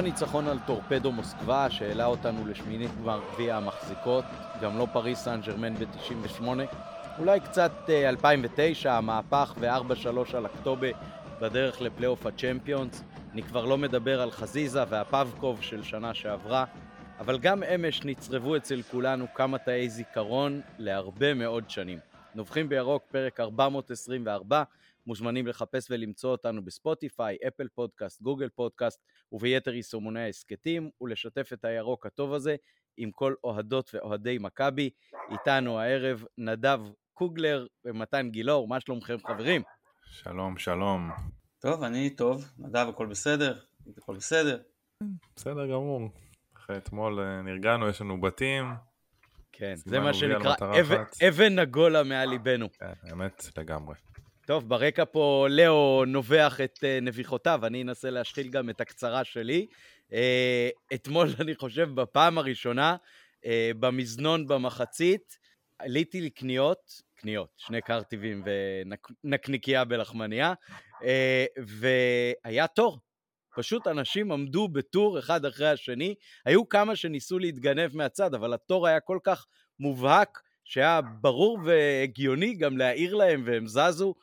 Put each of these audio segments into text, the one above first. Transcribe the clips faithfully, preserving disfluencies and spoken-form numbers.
הניצחון על טורפדו מוסקבה שהעלה אותנו לשמינית גמר גביע המחזיקות, גם לא פריס סן ז'רמן ב-תשעים ושמונה, אולי קצת אה, אלפיים ותשע, המהפך ו-ארבע שלוש על אקטובה בדרך לפלייאוף הצ'מפיונס. אני כבר לא מדבר על חזיזה והפאבקוב של שנה שעברה, אבל גם אמש נצרבו אצל כולנו כמה תאי זיכרון להרבה מאוד שנים. נובחים בירוק, פרק ארבע מאות עשרים וארבע, מוזמנים לחפש ולמצוא אותנו בספוטיפיי, אפל פודקאסט, גוגל פודקאסט וביתר יישומוני העסקתים, ולשתף את הירוק הטוב הזה עם כל אוהדות ואוהדי מכבי. איתנו הערב נדב קוגלר ומתן גילאור. מה שלומכם חברים? שלום, שלום. טוב, אני טוב. נדב, הכל בסדר? הכל בסדר? בסדר גמור. אחרי אתמול נרגענו, יש לנו בתים. כן, זה מה שנקרא אבן, אבן נגולה מעל ליבנו. כן, האמת לגמרי. טוב, ברקע פה לאו נובח את uh, נביחותיו, אני אנסה להשחיל גם את הקצרה שלי. Uh, אתמול אני חושב בפעם הראשונה, uh, במזנון במחצית, עליתי לקניות, קניות, שני קרטיבים ונקניקיה בלחמניה, uh, והיה תור. פשוט אנשים עמדו בטור אחד אחרי השני, היו כמה שניסו להתגנב מהצד, אבל התור היה כל כך מובהק, שהיה ברור והגיוני גם להעיר להם והם זזו,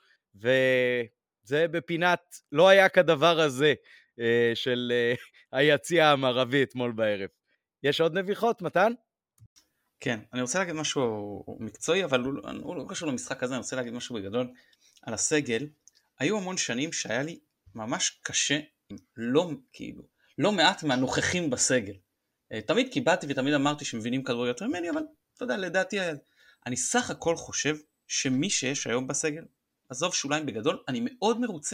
וזה בפינת, לא היה כדבר הזה של היציע המערבי אתמול בערב. יש עוד נביחות, מתן? כן, אני רוצה להגיד משהו מקצועי, אבל הוא, הוא לא קשור למשחק הזה, אני רוצה להגיד משהו בגדול על הסגל. היו המון שנים שהיה לי ממש קשה, לא, כאילו, לא מעט מהנוכחים בסגל. תמיד קיבלתי ותמיד אמרתי שמבינים כדורגל יותר ממני, אבל אתה יודע, לדעתי, אני סך הכל חושב שמי שיש היום בסגל, עזוב שוליים בגדול, אני מאוד מרוצה.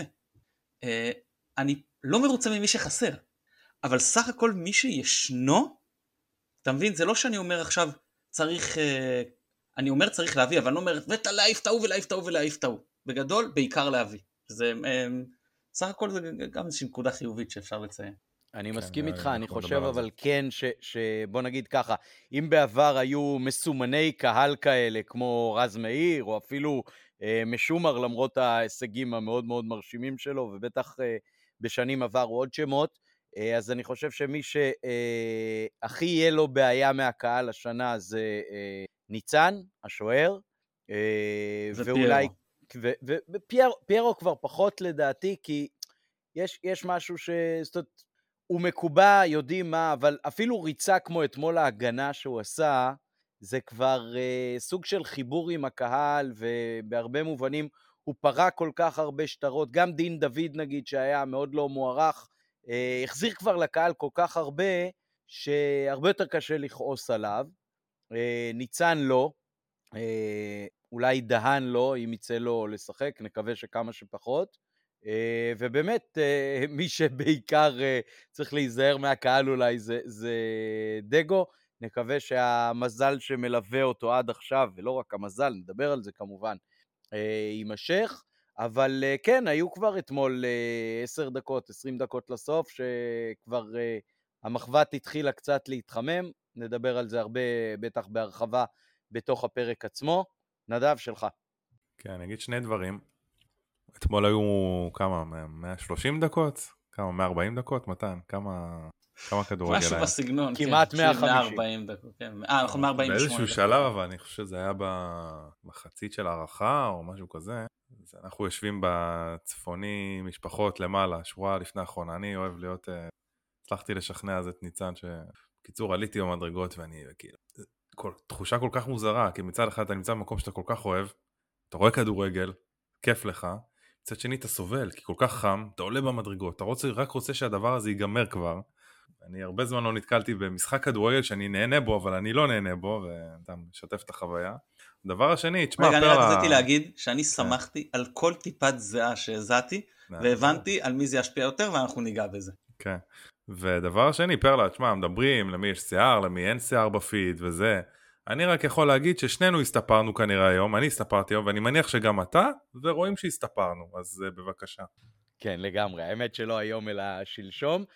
אני לא מרוצה ממי שחסר, אבל סך הכל מי שישנו, אתה מבין, זה לא שאני אומר עכשיו צריך, אני אומר צריך להביא, אבל אני לא אומר, ולהעיף טעו ולהעיף טעו ולהעיף טעו. בגדול, בעיקר להביא. זה, סך הכל זה גם איזושהי נקודה חיובית שאפשר לציין. אני מסכים איתך, אני חושב אבל כן, שבוא נגיד ככה, אם בעבר היו מסומני קהל כאלה, כמו רז מאיר, או אפילו משומר, למרות ההישגים המאוד מאוד מרשימים שלו, ובטח בשנים עברו עוד שמות, אז אני חושב שמי שהכי יהיה לו בעיה מהקהל השנה זה ניצן, השוער, ואולי, ופיירו כבר פחות לדעתי, כי יש, יש משהו ש... הוא מקובע, יודעים מה, אבל אפילו ריצה כמו אתמול ההגנה שהוא עשה, זה כבר אה, סוג של חיבור עם הקהל, ובהרבה מובנים הוא פרע כל כך הרבה שטרות, גם דין דוד נגיד שהיה מאוד לא מוערך, אה, החזיר כבר לקהל כל כך הרבה, שהרבה יותר קשה לכעוס עליו, אה, ניצן לא, אה, אולי דהן לא, אם יצא לו לשחק, נקווה שכמה שפחות, ובאמת מי שבעיקר צריך להיזהר מהקהל אולי זה, זה דגו. נקווה שהמזל שמלווה אותו עד עכשיו, ולא רק המזל, נדבר על זה כמובן, יימשך. אבל כן, היו כבר אתמול עשר דקות, עשרים דקות לסוף, שכבר המחוות התחילה קצת להתחמם. נדבר על זה הרבה, בטח בהרחבה בתוך הפרק עצמו. נדב, שלך. כן, אני אגיד שני דברים. אתמול היו כמה, מאה ושלושים דקות? כמה, מאה וארבעים דקות? מתן, כמה, כמה כדורגל היה? משהו בסגנון, כמעט מאה וחמישים. מאה וארבעים דקות, כן. אה, אנחנו מאה ארבעים ושמונה דקות. באיזשהו שלב, אבל אני חושב שזה היה במחצית של הערכה, או משהו כזה. אז אנחנו יושבים בצפוני משפחות למעלה, שבועה לפני האחרונה. אני אוהב להיות, הצלחתי לשכנע אז את ניצן, שבקיצור עליתי במדרגות, ואני, כאילו, תחושה כל כך מוזרה, כי מצד אחד אתה נמצא במקום שאתה כל כך אוהב, אתה רואה כדורגל, כיף לך, מצד שני אתה סובל, כי כל כך חם, אתה עולה במדרגות, אתה רוצה, רק רוצה שהדבר הזה ייגמר כבר. אני הרבה זמן לא נתקלתי במשחק כדורגל שאני נהנה בו, אבל אני לא נהנה בו, ואתה משתף את החוויה. הדבר השני, תשמע, רגע, אני רק רציתי להגיד שאני שמחתי על כל טיפת זהה שהזעתי, והבנתי על מי זה ישפיע יותר, ואנחנו ניגע בזה. כן, ודבר השני, פרלה, תשמע, מדברים למי יש שיער, למי אין שיער בפיד וזה. אני רק יכול להגיד ששנינו הסתפרנו כנראה היום, אני הסתפרתי היום, ואני מניח שגם אתה, ורואים שהסתפרנו, אז בבקשה. כן, לגמרי, האמת שלא היום אלא שלשום,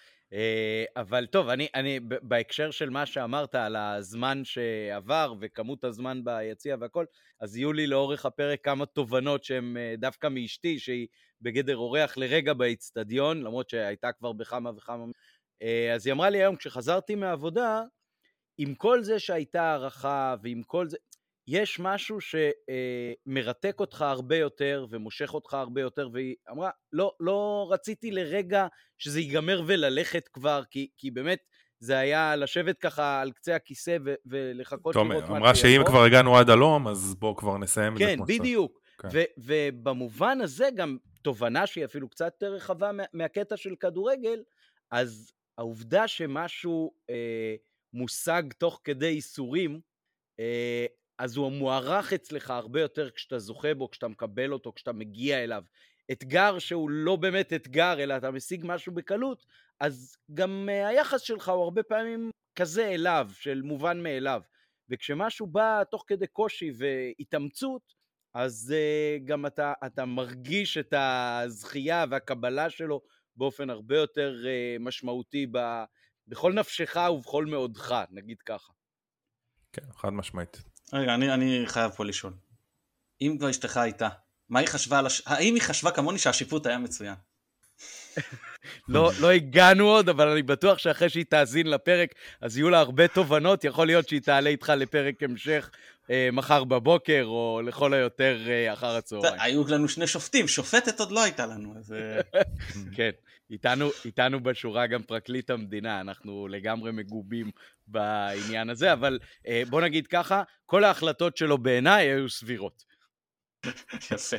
אבל טוב, אני, אני בהקשר של מה שאמרת על הזמן שעבר, וכמות הזמן ביציע והכל, אז יהיו לי לאורך הפרק כמה תובנות שהן דווקא מאשתי, שהיא בגדר אורח לרגע באצטדיון, למרות שהייתה כבר בכמה וכמה אז היא אמרה לי היום, כשחזרתי מהעבודה, עם כל זה שהייתה הערכה, ועם כל זה, יש משהו שמרתק אותך הרבה יותר, ומושך אותך הרבה יותר, והיא אמרה, לא, לא רציתי לרגע שזה ייגמר וללכת כבר, כי, כי באמת זה היה לשבת ככה על קצה הכיסא ו- ולחכות טוב, לראות מה אמרה שאם כבר הגענו עד הלום, אז בואו כבר נסיים את זה כן, כמו שצריך. בדיוק. כן. ו- ובמובן הזה גם תובנה שהיא אפילו קצת יותר רחבה מה- מהקטע של כדורגל, אז העובדה שמשהו אה, מושג תוך כדי איסורים, אה, אז הוא מוערך אצלך הרבה יותר כשאתה זוכה בו, כשאתה מקבל אותו, כשאתה מגיע אליו. אתגר שהוא לא באמת אתגר, אלא אתה משיג משהו בקלות, אז גם uh, היחס שלך הוא הרבה פעמים כזה אליו, של מובן מאליו. וכשמשהו בא תוך כדי קושי והתאמצות, אז uh, גם אתה, אתה מרגיש את הזכייה והקבלה שלו באופן הרבה יותר uh, משמעותי ב, בכל נפשך ובכל מאודך, נגיד ככה. כן, חד משמעית. רגע, אני, אני חייב פה לשאול. אם כבר אשתך הייתה, מה היא חשבה על הש... האם היא חשבה כמוני שהשיפוט היה מצוין? לא, לא הגענו עוד, אבל אני בטוח שאחרי שהיא תאזין לפרק, אז יהיו לה הרבה תובנות, יכול להיות שהיא תעלה איתך לפרק המשך אה, מחר בבוקר, או לכל היותר אה, אחר הצהריים. היו לנו שני שופטים, שופטת עוד לא הייתה לנו. אז... כן, איתנו, איתנו בשורה גם פרקליט המדינה, אנחנו לגמרי מגובים בעניין הזה, אבל אה, בוא נגיד ככה, כל ההחלטות שלו בעיניי היו סבירות. יפה.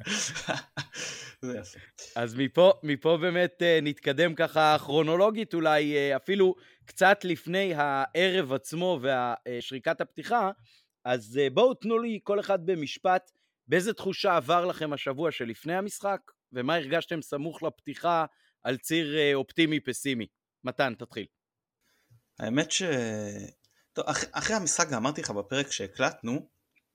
זה יפה. אז מפה, מפה באמת נתקדם ככה כרונולוגית, אולי אפילו קצת לפני הערב עצמו והשריקת הפתיחה, אז בואו תנו לי כל אחד במשפט, באיזה תחושה עבר לכם השבוע שלפני המשחק, ומה הרגשתם סמוך לפתיחה על ציר אופטימי פסימי. מתן, תתחיל. האמת ש... טוב, אח... אחרי המשחק גם אמרתי לך בפרק שהקלטנו,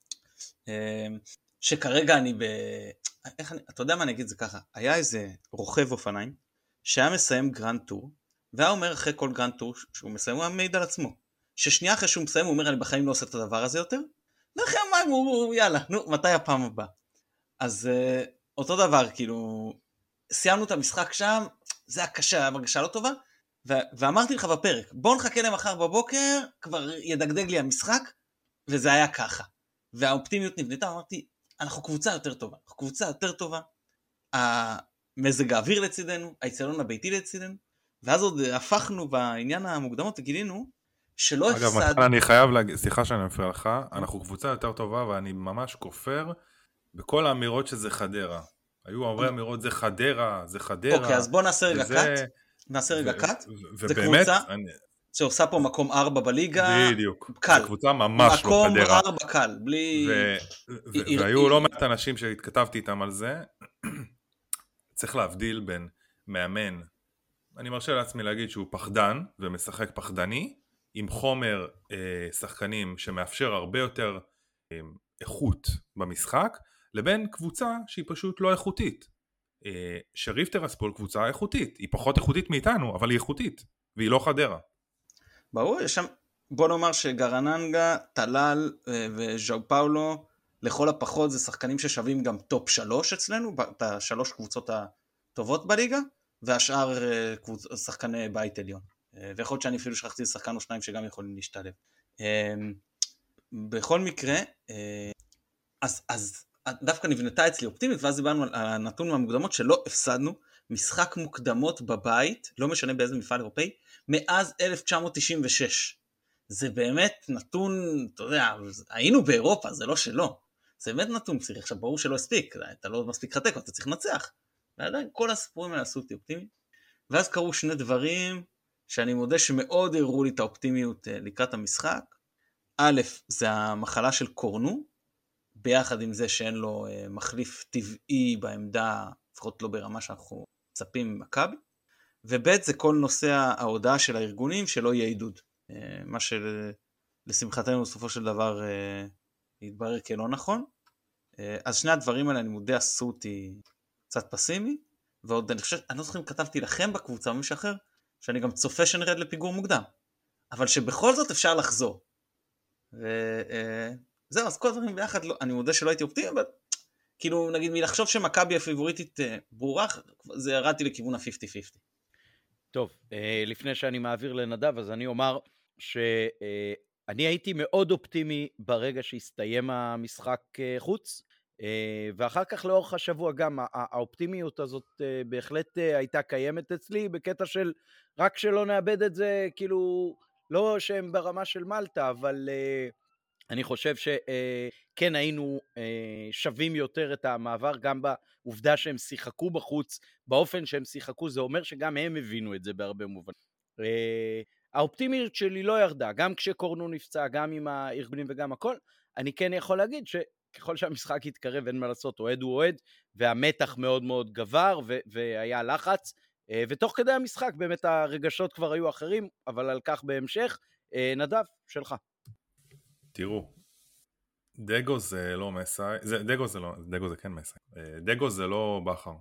שכרגע אני ב... איך אני... אתה יודע מה אני אגיד זה ככה, היה איזה רוכב אופניים, שהיה מסיים גרנד טור, והיה אומר אחרי כל גרנד טור שהוא מסיים, הוא היה מעיד על עצמו, ששנייה אחרי שהוא מסיים הוא אומר אני בחיים לא עושה את הדבר הזה יותר, ואחרי המים הוא יאללה, נו, מתי הפעם הבאה? אז uh, אותו דבר, כאילו, סיימנו את המשחק שם, זה היה קשה, היה מרגשה לא טובה, ו- ואמרתי לך בפרק, בוא נחכה למחר בבוקר, כבר ידגדג לי המשחק, וזה היה ככה. והאופטימיות נבנתה, אמרתי, אנחנו קבוצה יותר טובה, אנחנו קבוצה יותר טובה, המזג האוויר לצידנו, האיצטדיון הביתי לצידנו, ואז עוד הפכנו בעניין המוקדמות וגילינו שלא הפסד... אגב, מתן, אני חייב להגיד, סליחה שאני מפריע לך, אנחנו קבוצה יותר טובה ואני ממש כופר בכל האמירות שזה חדרה. היו הרבה אמירות, זה חדרה, זה חדרה. אוקיי, אז בוא נעשה רגע קאט, נעשה רגע קאט, זה קבוצה שעושה פה מקום ארבע בליגה, בדיוק, קל. זו קבוצה ממש לא חדרה. מקום ארבע קל, בלי... והיו לא מעט אנשים שהתכתבתי איתם על זה, צריך להבדיל בין מאמן, אני מרשה לעצמי להגיד שהוא פחדן ומשחק פחדני, עם חומר אה, שחקנים שמאפשר הרבה יותר אה, איכות במשחק, לבין קבוצה שהיא פשוט לא איכותית. אה, שריף טרספול קבוצה איכותית, היא פחות איכותית מאיתנו, אבל היא איכותית, והיא לא חדרה. ברור, יש שם, בוא נאמר שגרננגה, טלל אה, וז'או פאולו, לכל הפחות זה שחקנים ששווים גם טופ שלוש אצלנו, את השלוש קבוצות הטובות בליגה, והשאר אה, קבוצ... שחקני בית עליון. ויכול להיות שאני אפילו שכחתי לשחקן או שניים שגם יכולים להשתלב. בכל מקרה, אז, אז דווקא נבנתה אצלי אופטימית, ואז דיברנו על הנתון מהמוקדמות שלא הפסדנו משחק מוקדמות בבית, לא משנה באיזה מפעל אירופאי, מאז אלף תשע מאות תשעים ושש. זה באמת נתון, אתה יודע, היינו באירופה, זה לא שלא. זה באמת נתון פסיכי. עכשיו ברור שלא הספיק, אתה לא מספיק חתק, אתה צריך לנצח. ועדיין כל הסיפורים האלה עשו אותי אופטימי. ואז קרו שני דברים שאני מודה שמאוד הראו לי את האופטימיות לקראת המשחק. א', זה המחלה של קורנו, ביחד עם זה שאין לו מחליף טבעי בעמדה, לפחות לא ברמה שאנחנו מצפים ממכבי. וב' זה כל נושא ההודעה של הארגונים שלא יהיה עידוד. מה שלשמחתנו בסופו של דבר יתברר כלא נכון. אז שני הדברים האלה אני מודה עשו אותי קצת פסימי, ועוד אני חושב, אני לא זוכר אם כתבתי לכם בקבוצה או מישהו אחר, שאני גם צופה שנרד לפיגור מוקדם, אבל שבכל זאת אפשר לחזור. וזהו, אז כל דברים ביחד, לא, אני מודה שלא הייתי אופטימי, אבל כאילו נגיד מלחשוב שמכבי הפיבוריטית ברורה, זה ירדתי לכיוון ה-חמישים חמישים. טוב, לפני שאני מעביר לנדב, אז אני אומר שאני הייתי מאוד אופטימי ברגע שהסתיים המשחק חוץ, ואחר כך לאורך השבוע גם האופטימיות הזאת בהחלט הייתה קיימת אצלי, בקטע של רק שלא נאבד את זה, כאילו לא שהם ברמה של מלטה, אבל אני חושב שכן היינו שווים יותר את המעבר, גם בעובדה שהם שיחקו בחוץ, באופן שהם שיחקו, זה אומר שגם הם הבינו את זה בהרבה מובן. האופטימיות שלי לא ירדה, גם כשקורנו נפצע, גם עם הארגונים וגם הכל, אני כן יכול להגיד שככל שהמשחק יתקרב, אין מה לעשות, אוהד הוא אוהד, והמתח מאוד מאוד גבר, והיה לחץ, ותוך כדי המשחק באמת הרגשות כבר היו אחרים, אבל על כך בהמשך. נדב, שלך. תראו, דגו זה לא מסאי, זה, דגו זה לא, דגו זה כן מסאי, דגו זה לא בחר.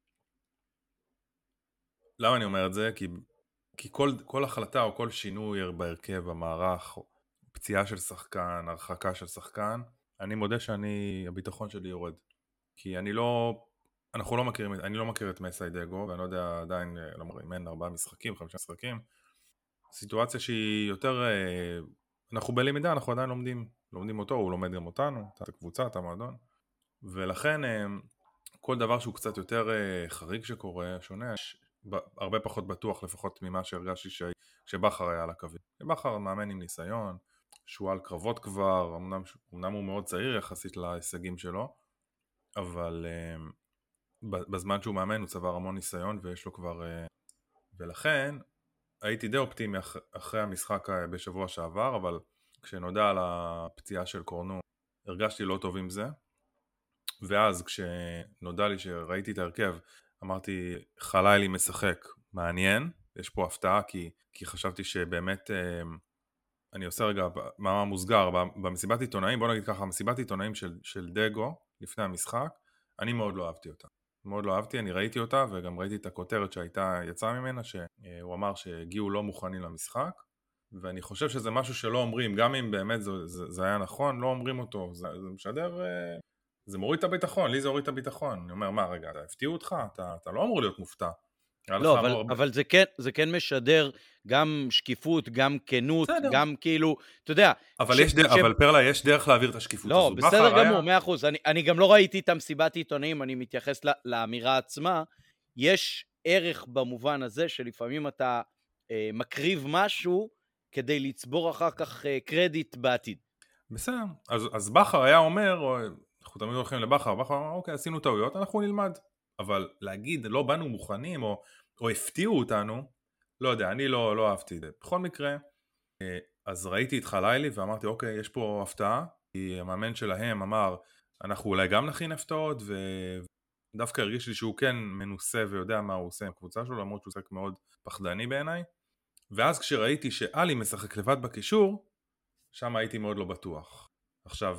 למה אני אומר את זה? כי, כי כל, כל החלטה או כל שינוי בהרכב, במערך, פציעה של שחקן, הרחקה של שחקן, אני מודה שאני, הביטחון שלי יורד. כי אני לא, אנחנו לא מכירים, אני לא מכיר את מסאי דגו, ואני לא יודע עדיין, לא מראים, אין ארבעה משחקים, חמישה משחקים. סיטואציה שהיא יותר, אנחנו בלמידה, אנחנו עדיין לומדים, לומדים אותו, הוא לומד גם אותנו, את הקבוצה, את המועדון, ולכן כל דבר שהוא קצת יותר חריג שקורה, שונה, הרבה פחות בטוח לפחות ממה שהרגשתי שבחר היה על הקווים. בחר מאמן עם ניסיון, שהוא על קרבות כבר, אמנם, אמנם הוא מאוד צעיר יחסית להישגים שלו, אבל בזמן שהוא מאמן הוא צבר המון ניסיון ויש לו כבר, ולכן הייתי די אופטימי אחרי המשחק בשבוע שעבר, אבל כשנודע על הפציעה של קורנו הרגשתי לא טוב עם זה, ואז כשנודע לי שראיתי את ההרכב אמרתי חלילי משחק, מעניין, יש פה הפתעה, כי, כי חשבתי שבאמת אני עושה רגע מאמר מוסגר במסיבת עיתונאים, בוא נגיד ככה, מסיבת עיתונאים של, של דגו לפני המשחק, אני מאוד לא אהבתי אותה. מאוד לא אהבתי, אני ראיתי אותה וגם ראיתי את הכותרת שהייתה, יצאה ממנה, שהוא אמר שהגיעו לא מוכנים למשחק, ואני חושב שזה משהו שלא אומרים, גם אם באמת זה, זה, זה היה נכון, לא אומרים אותו, זה, זה משדר, זה מוריד את הביטחון, לי זה מוריד את הביטחון, אני אומר, מה רגע, הפתיעו אותך, אתה, אתה לא אמור להיות מופתע. לא, אבל, אבל זה כן, זה כן משדר גם שקיפות, גם כנות, גם כאילו, אתה יודע. אבל, ש... יש דרך, ש... אבל פרלה, יש דרך להעביר את השקיפות לא, הזו. לא, בסדר גמור, היה... מאה אחוז. אני, אני גם לא ראיתי את המסיבת עיתונאים, אני מתייחס לא, לאמירה עצמה. יש ערך במובן הזה שלפעמים אתה אה, מקריב משהו כדי לצבור אחר כך אה, קרדיט בעתיד. בסדר, אז, אז בחר היה אומר, או, אנחנו תמיד הולכים לבחר, בחר אומר, אוקיי, עשינו טעויות, אנחנו נלמד. אבל להגיד, לא באנו מוכנים, או, או הפתיעו אותנו, לא יודע, אני לא, לא אהבתי את זה. בכל מקרה, אז ראיתי את חלילי ואמרתי, אוקיי, יש פה הפתעה, כי המאמן שלהם אמר, אנחנו אולי גם נכין הפתעות, ודווקא הרגיש לי שהוא כן מנוסה ויודע מה הוא עושה עם קבוצה שלו, למרות שהוא שחק מאוד פחדני בעיניי. ואז כשראיתי שאלי משחק לבד בקישור, שם הייתי מאוד לא בטוח. עכשיו,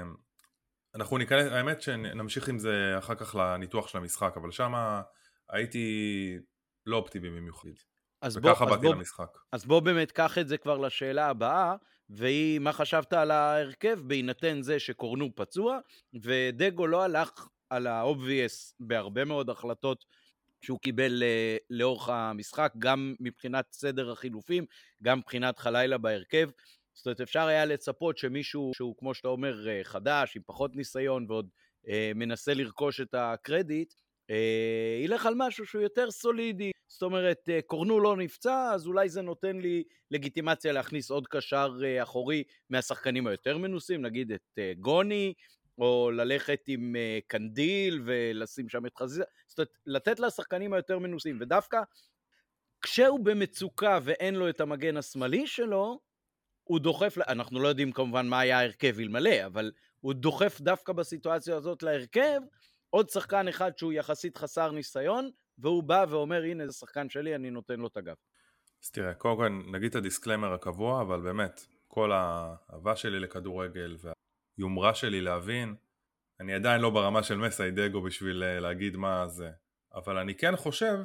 אנחנו ניכנס, האמת שנמשיך עם זה אחר כך לניתוח של המשחק, אבל שם הייתי לא אופטימי במיוחד. אז וככה בוא, באתי אז בוא, למשחק. אז בוא באמת קח את זה כבר לשאלה הבאה, והיא מה חשבת על ההרכב, בהינתן זה שקורנו פצוע, ודגו לא הלך על ה-obvious בהרבה מאוד החלטות שהוא קיבל לאורך המשחק, גם מבחינת סדר החילופים, גם מבחינת חלילה בהרכב. זאת אומרת, אפשר היה לצפות שמישהו שהוא, כמו שאתה אומר, חדש, עם פחות ניסיון, ועוד אה, מנסה לרכוש את הקרדיט, אה, ילך על משהו שהוא יותר סולידי. זאת אומרת, אה, קורנו לא נפצע, אז אולי זה נותן לי לגיטימציה להכניס עוד קשר אה, אחורי מהשחקנים היותר מנוסים, נגיד את אה, גוני, או ללכת עם אה, קנדיל ולשים שם את חזיזה. זאת אומרת, לתת לשחקנים היותר מנוסים, ודווקא כשהוא במצוקה ואין לו את המגן השמאלי שלו, הוא דוחף, אנחנו לא יודעים כמובן מה היה הרכב אלמלא, אבל הוא דוחף דווקא בסיטואציה הזאת להרכב, עוד שחקן אחד שהוא יחסית חסר ניסיון, והוא בא ואומר, הנה זה שחקן שלי, אני נותן לו את הגב. אז תראה, קודם כל נגיד את הדיסקלמר הקבוע, אבל באמת, כל האהבה שלי לכדורגל והיומרה שלי להבין, אני עדיין לא ברמה של מסאי דגו בשביל להגיד מה זה, אבל אני כן חושב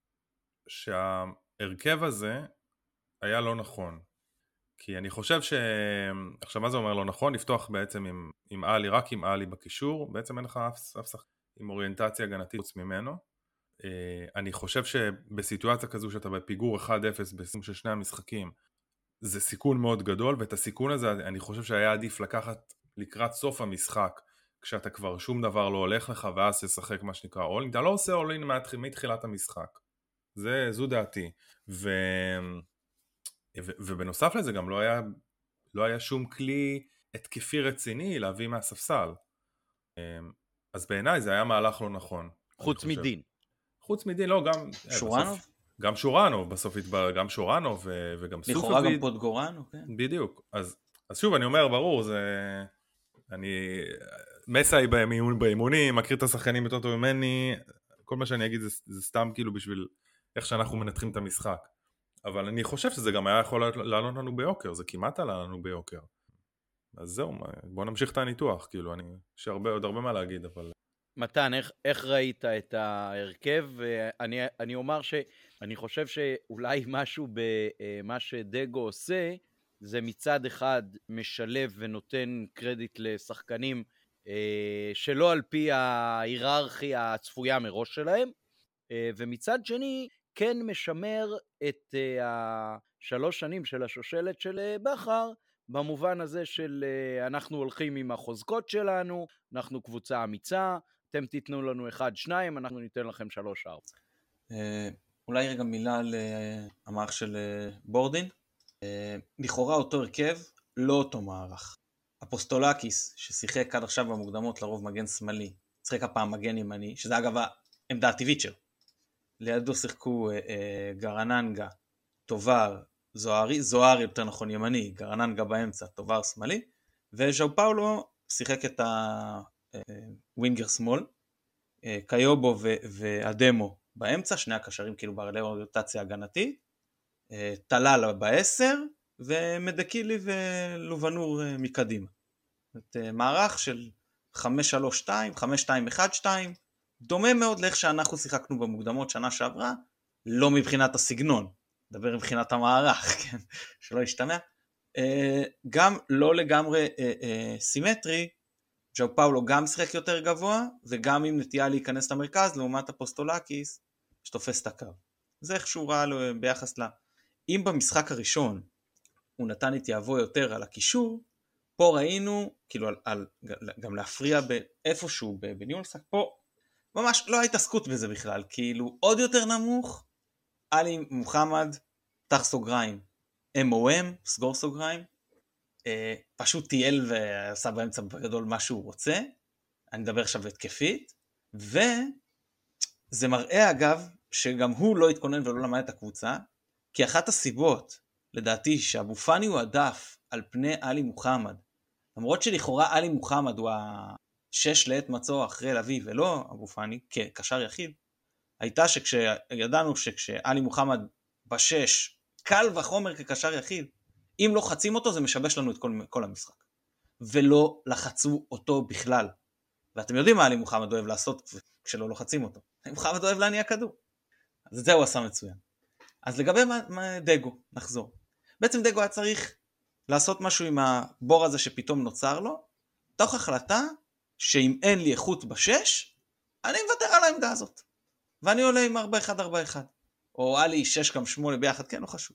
שההרכב הזה היה לא נכון. כי אני חושב ש... עכשיו מה זה אומר לא נכון? לפתוח בעצם עם, עם אלי, רק עם אלי בקישור, בעצם אין לך אף, אף שחק... עם אוריינטציה הגנתית חוץ ממנו. אני חושב שבסיטואציה כזו שאתה בפיגור אחד אפס בסיום של שני המשחקים, זה סיכון מאוד גדול, ואת הסיכון הזה אני חושב שהיה עדיף לקחת לקראת סוף המשחק, כשאתה כבר שום דבר לא הולך לך, ואז תשחק מה שנקרא אולין. אתה לא עושה אולין מתחילת המשחק. זה, זו דעתי. ו... ו... ובנוסף לזה גם לא היה, לא היה שום כלי התקפי רציני להביא מהספסל. אז בעיניי זה היה מהלך לא נכון. חוץ מדין. חוץ מדין, לא, גם... שורנוב? בסוף, גם שורנוב, בסוף התברר, גם שורנוב ו... וגם סופוביד. לכאורה גם פוטגורנו, כן. בדיוק. אז, אז שוב, אני אומר, ברור, זה... אני... מסאי באימון, באימונים, מכיר את השחקנים יותר טוב ממני, כל מה שאני אגיד זה, זה סתם כאילו בשביל איך שאנחנו מנתחים את המשחק. אבל אני חושב שזה גם היה יכול לעלות לנו ביוקר, זה כמעט עלה לנו ביוקר. אז זהו, בוא נמשיך את הניתוח, כאילו, אני, יש הרבה, עוד הרבה מה להגיד, אבל... מתן, איך, איך ראית את ההרכב? אני, אני אומר שאני חושב שאולי משהו במה שדגו עושה, זה מצד אחד משלב ונותן קרדיט לשחקנים שלא על פי ההיררכיה הצפויה מראש שלהם, ומצד שני כן משמר את השלוש שנים של השושלת של בכר, במובן הזה של אנחנו הולכים עם החוזקות שלנו, אנחנו קבוצה אמיצה, אתם תיתנו לנו אחד, שניים, אנחנו ניתן לכם שלוש, ארבע. אולי רגע מילה על המערך של בורדין. לכאורה אותו הרכב, לא אותו מערך. אפוסטולקיס, ששיחק עד עכשיו במוקדמות לרוב מגן שמאלי, שיחק הפעם מגן ימני, שזה אגב העמדה הטבעית שלו. לידו שיחקו גרננגה, טובר, זוהרי, זוהרי יותר נכון ימני, גרננגה באמצע, טובר שמאלי, וז'או פאולו שיחק את הווינגר שמאל, קיובו ואדמו באמצע, שני הקשרים כאילו ברלוטציה הגנתית, טלל בעשר, ומדקילי ולובנור מקדימה. את מערך של חמש שלוש שתיים, חמש שתיים אחת שתיים, דומה מאוד לאיך שאנחנו שיחקנו במוקדמות שנה שעברה, לא מבחינת הסגנון, דבר מבחינת המערך, כן? שלא ישתמע. גם לא לגמרי סימטרי, ז'או פאולו גם שיחק יותר גבוה, וגם עם נטייה להיכנס למרכז, לעומת אפוסטולקיס, שתופס את הקו. זה איכשהו ראה לו ביחס לה. אם במשחק הראשון הוא נתן התייבוא יותר על הקישור, פה ראינו, כאילו על, על, גם להפריע באיפשהו בניהול משחק, פה ממש לא התעסקות בזה בכלל, כאילו עוד יותר נמוך, עלי מוחמד, פתח סוגריים, אם או אם, סגור סוגריים, אה, פשוט טייל ועשה באמצע בגדול מה שהוא רוצה, אני מדבר עכשיו התקפית, וזה מראה אגב, שגם הוא לא התכונן ולא למד את הקבוצה, כי אחת הסיבות, לדעתי, שאבו פאני הוא עדף על פני עלי מוחמד, למרות שלכאורה עלי מוחמד הוא השש לעת מצוא אחרי לוי ולא אבו פאני, כקשר יחיד, הייתה שכשידענו שכשעלי מוחמד בשש, קל וחומר כקשר יחיד, אם לא חצים אותו זה משבש לנו את כל, כל המשחק. ולא לחצו אותו בכלל. ואתם יודעים מה עלי מוחמד אוהב לעשות כשלא לוחצים אותו. עלי מוחמד אוהב להניע כדור. אז את זה הוא עשה מצוין. אז לגבי מה, מה דגו, נחזור. בעצם דגו היה צריך לעשות משהו עם הבור הזה שפתאום נוצר לו, תוך החלטה שאם אין לי איכות בשש, אני מוותר על העמדה הזאת. ואני עולה עם ארבע אחד ארבע אחד. או עלי שש גם שמונה ביחד, כן, לא חשוב.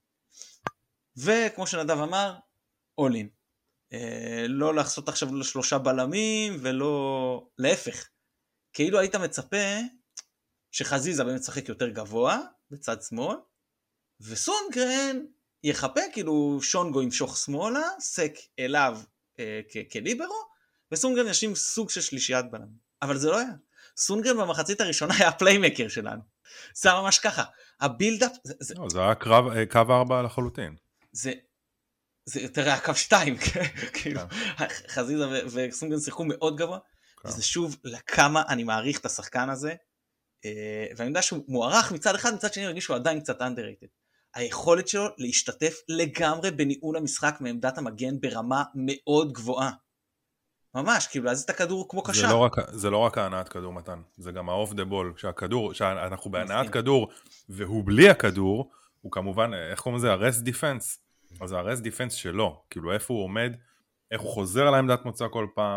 וכמו שנדב אמר, אולין. אה, לא לעשות עכשיו לשלושה בלמים, ולא... להפך. כאילו היית מצפה שחזיזה באמת שחק יותר גבוה, בצד שמאל, וסונגרן יחפה, כאילו שונגו ימשוך שמאלה, סק אליו אה, כ- כליברו, וסונגרן ישים סוג של שלישיית בלמים. אבל זה לא היה. סונגרן במחצית הראשונה היה הפליימקר שלנו. זה היה ממש ככה. הבילדאפ... זה, זה... לא, זה היה קרב, קו ארבע לחלוטין. זה... זה יותר היה קו שתיים. כאילו, חזיזה ו- וסונגרן שיחקו מאוד גבוה, וזה שוב לכמה אני מעריך את השחקן הזה, ואני יודע שהוא מוערך מצד אחד, מצד שני הרגיש שהוא עדיין קצת underrated. היכולת שלו להשתתף לגמרי בניהול המשחק מעמדת המגן ברמה מאוד גבוהה. ממש, כאילו להזיז את הכדור כמו קשר. זה לא רק, זה לא רק ההנעת כדור מתן, זה גם ה-off the ball, שהכדור, שאנחנו בהנעת כדור, והוא בלי הכדור, הוא כמובן, איך קוראים לזה? ה-rest defense. אז ה-rest defense שלו, כאילו איפה הוא עומד, איך הוא חוזר על העמדת מוצא כל פעם,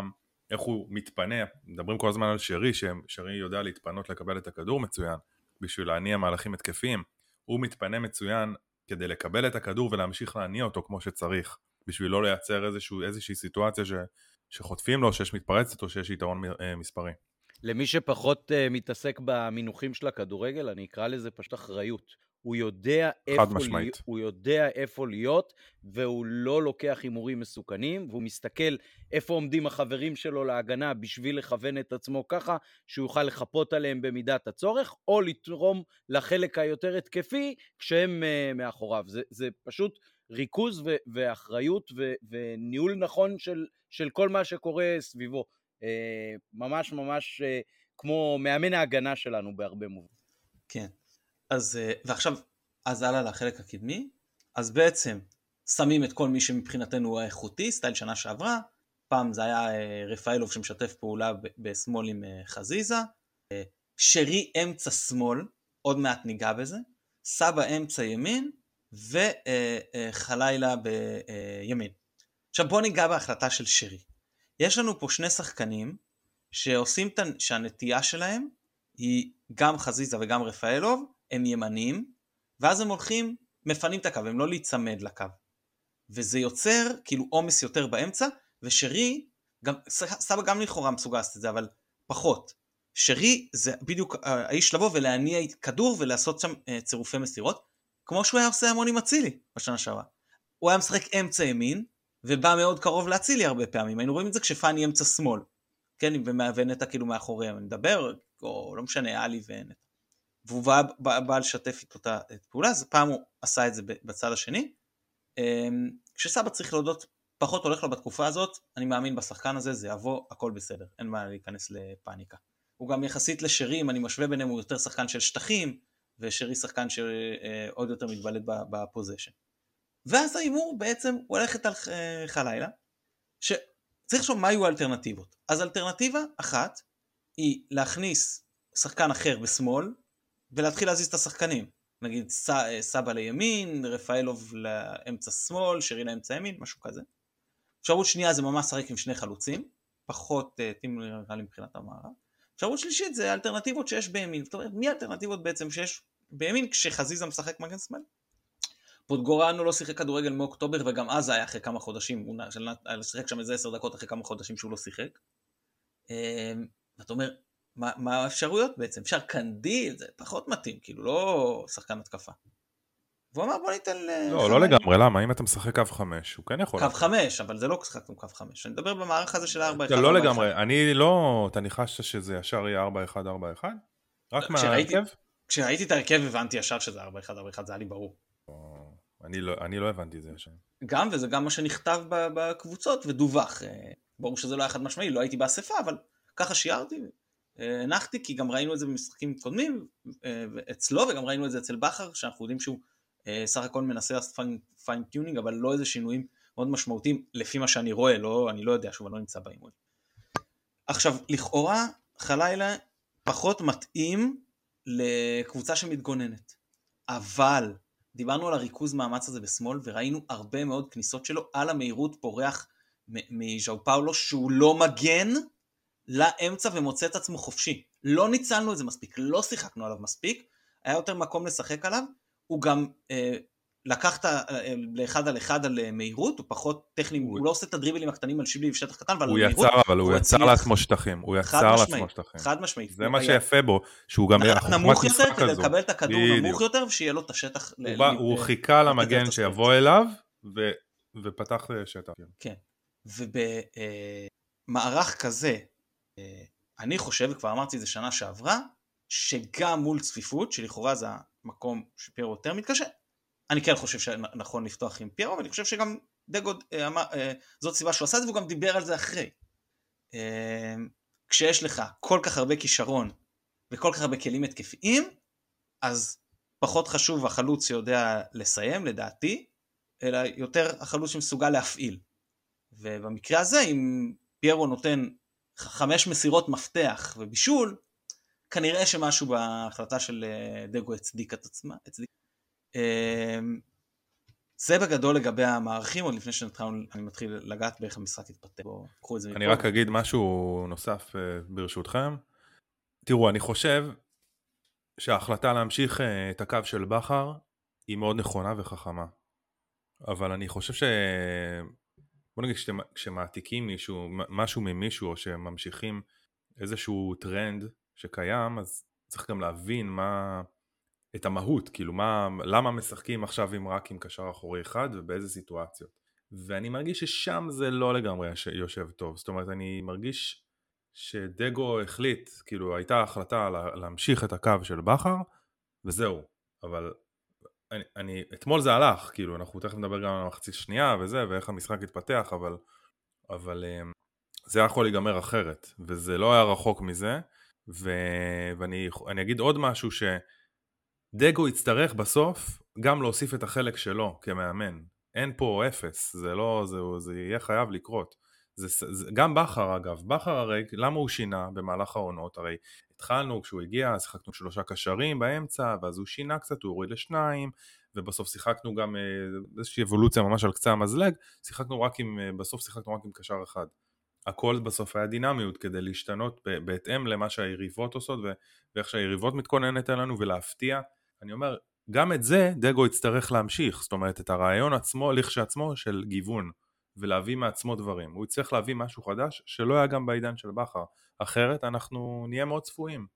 איך הוא מתפנה, מדברים כל הזמן על שרי, ששרי יודע להתפנות לקבל את הכדור מצוין, בשביל להניע מהלכים התקפיים, הוא מתפנה מצוין כדי לקבל את הכדור ולהמשיך להניע אותו כמו שצריך, בשביל לא לייצר איזשהו, איזושהי סיטואציה ש, שחוטפים לו, שיש מתפרצת או שיש יתרון מספרי. למי שפחות uh, מתעסק במינוחים של הכדורגל, אני אקרא לזה פשוט אחריות. הוא יודע איפה, לי, הוא יודע איפה להיות, והוא לא לוקח הימורים מסוכנים, והוא מסתכל איפה עומדים החברים שלו להגנה בשביל לכוון את עצמו ככה, שהוא יוכל לחפות עליהם במידת הצורך, או לתרום לחלק היותר התקפי כשהם uh, מאחוריו. זה, זה פשוט ריכוז ו- ואחריות ו- וניהול נכון של, של כל מה שקורה סביבו. Uh, ממש ממש uh, כמו מאמן ההגנה שלנו בהרבה מובן. כן. אז, ועכשיו, אז הלאה לחלק הקדמי, אז בעצם שמים את כל מי שמבחינתנו הוא האיכותי, סטייל שנה שעברה, פעם זה היה רפאלוב שמשתף פעולה בשמאל עם חזיזה, שרי אמצע שמאל, עוד מעט ניגע בזה, סבא אמצע ימין, וחלילה בימין. עכשיו בוא ניגע בהחלטה של שרי. יש לנו פה שני שחקנים, שעושים שהנטייה שלהם, היא גם חזיזה וגם רפאלוב, הם ימנים, ואז הם הולכים, מפנים את הקו, הם לא להיצמד לקו. וזה יוצר כאילו עומס יותר באמצע, ושרי, גם, סבא גם לכאורה מסוגל לעשות את זה, אבל פחות. שרי זה בדיוק האיש לבוא ולהניע כדור ולעשות שם צירופי מסירות, כמו שהוא היה עושה המון עם אצילי בשנה שעברה. הוא היה משחק אמצע ימין, ובא מאוד קרוב לאצילי הרבה פעמים. היינו רואים את זה כשפני אמצע שמאל. כן, ונטע כאילו מאחוריהם, אני מדבר, או לא משנה, אלי ונטע. והוא בא, בא, בא לשתף איתו את פעולה, אז פעם הוא עשה את זה בצד השני. כשסבא צריך להודות, פחות הולך לו בתקופה הזאת, אני מאמין בשחקן הזה, זה יבוא, הכל בסדר, אין מה להיכנס לפאניקה. הוא גם יחסית לשרי, אם אני משווה ביניהם, הוא יותר שחקן של שטחים, ושרי שחקן שעוד יותר מתבלט בפוזישן. ואז האימור בעצם הולכת על חלילה, שצריך לשאול מה היו האלטרנטיבות. אז אלטרנטיבה אחת, היא להכניס שחקן אחר בשמאל, ולהתחיל להזיז את השחקנים. נגיד סבא לימין, רפאלוב לאמצע שמאל, שרי לאמצע ימין, משהו כזה. אפשרות שנייה זה ממש שחק עם שני חלוצים, פחות טים נראה לי מבחינת המערב. אפשרות שלישית זה אלטרנטיבות שיש בימין. זאת אומרת, מי האלטרנטיבות בעצם שיש בימין כשחזיזה משחק מגן שמאל? פוטגורנו לא שיחק כדורגל מאוקטובר, וגם אז היה אחרי כמה חודשים, הוא שיחק שם איזה עשר דקות אחרי כמה חודשים שהוא לא שיחק. ואתה אומר, מה, מה האפשרויות בעצם? אפשר קנדיל, זה פחות מתאים, כאילו לא שחקן התקפה. והוא אמר בוא ניתן... לא, לא לגמרי, למה? אם אתה משחק קו חמש, הוא כן יכול... קו חמש, אבל זה לא שחק קו חמש. אני מדבר במערך הזה של ארבע אחד. לא לגמרי, אני לא... אתה ניחשת שזה ישר יהיה ארבע אחד ארבע אחד? רק מהרכב? כשראיתי את הרכב הבנתי ישר שזה ארבע אחד ארבע אחד, זה היה לי ברור. אני לא, אני לא הבנתי את זה ישר. גם, וזה גם מה שנכתב בקבוצות ודווח. ברור שזה לא היה חד משמעי, לא הייתי באספה, אבל ככה שיערתי, הנחתי, כי גם ראינו את זה במשחקים קודמים, אצלו, וגם ראינו את זה אצל בחר, שאנחנו יודעים שהוא סך הכל מנסה לעשות פיין-טיונינג, אבל לא איזה שינויים מאוד משמעותיים, לפי מה שאני רואה, לא, אני לא יודע, שוב, אני לא נמצא באימון. עכשיו, לכאורה, חלילה פחות מתאים לקבוצה שמתגוננת. אבל, דיברנו על הריכוז מאמץ הזה בשמאל, וראינו הרבה מאוד כניסות שלו על המהירות פורח מז'או פאולו, שהוא לא מגן לאמצע ומוצא את עצמו חופשי. לא ניצלנו את זה מספיק, לא שיחקנו עליו מספיק, היה יותר מקום לשחק עליו, הוא גם אה, לקח את לאחד על אחד על מהירות, הוא פחות טכני, הוא, הוא לא עושה את הדריבלים הקטנים על שיבלי ושטח קטן, אבל הוא מהירות, יצר, אבל הוא, הוא יצר לעצמו שטחים, הוא יצר לעצמו שטחים. חד משמעית. זה מה שיפה בו, שהוא גם נמוך יותר, כדי לקבל את הכדור נמוך יותר, ושיהיה לו את השטח. הוא חיכה למגן שיבוא אליו, ופתח שטח. כן, ובמערך כזה, אני חושב, וכבר אמרתי את זה שנה שעברה, שגם מול צפיפות, שלכאורה זה המקום שפיירו יותר מתקשה, אני כן חושב שנכון לפתוח עם פיירו, ואני חושב שגם דגוד, זאת סיבה שהוא עשה את זה, והוא גם דיבר על זה אחרי. כשיש לך כל כך הרבה כישרון, וכל כך הרבה כלים התקפיים, אז פחות חשוב החלוץ שיודע לסיים, לדעתי, אלא יותר החלוץ שמסוגל להפעיל. ובמקרה הזה, אם פיירו נותן חמש מסירות מפתח ובישול, כנראה שמשהו בהחלטה של דגו הצדיק את עצמה. הצדיק. זה בגדול לגבי המערכים, עוד לפני שאני מתחיל לגעת באיך המשחק יתפתח. קחו את זה מפה. אני רק אגיד משהו נוסף ברשותכם. תראו, אני חושב שההחלטה להמשיך את הקו של בכר היא מאוד נכונה וחכמה. אבל אני חושב ש... בוא נגיד, כשמעתיקים מישהו, משהו ממישהו, או שממשיכים איזשהו טרנד שקיים, אז צריך גם להבין מה... את המהות, כאילו מה... למה משחקים עכשיו עם רק עם קשר אחורי אחד, ובאיזה סיטואציות. ואני מרגיש ששם זה לא לגמרי יושב טוב. זאת אומרת, אני מרגיש שדגו החליט, כאילו הייתה החלטה להמשיך את הקו של בכר, וזהו. אבל אני, אני, אתמול זה הלך, כאילו אנחנו תכף נדבר גם על המחצית שנייה וזה, ואיך המשחק התפתח, אבל, אבל זה יכול להיגמר אחרת, וזה לא היה רחוק מזה, ו, ואני אני אגיד עוד משהו, שדגו יצטרך בסוף גם להוסיף את החלק שלו כמאמן. אין פה אפס, זה לא, זה, זה יהיה חייב לקרות. זה, זה, גם בכר אגב, בכר הרי, למה הוא שינה במהלך העונות? הרי התחלנו כשהוא הגיע, שיחקנו שלושה קשרים באמצע, ואז הוא שינה קצת, הוא הוריד לשניים, ובסוף שיחקנו גם איזושהי אבולוציה ממש על קצה המזלג, שיחקנו רק עם, בסוף שיחקנו רק עם קשר אחד. הכל בסוף היה דינמיות כדי להשתנות בהתאם למה שהיריבות עושות, ואיך שהיריבות מתכוננת אלינו ולהפתיע. אני אומר, גם את זה דגו יצטרך להמשיך, זאת אומרת את הרעיון עצמו, לכשעצמו של גיוון, ולהביא מעצמו דברים. הוא יצטרך להביא משהו חדש שלא היה גם בעידן של בכר. אחרת אנחנו נהיה מאוד צפויים.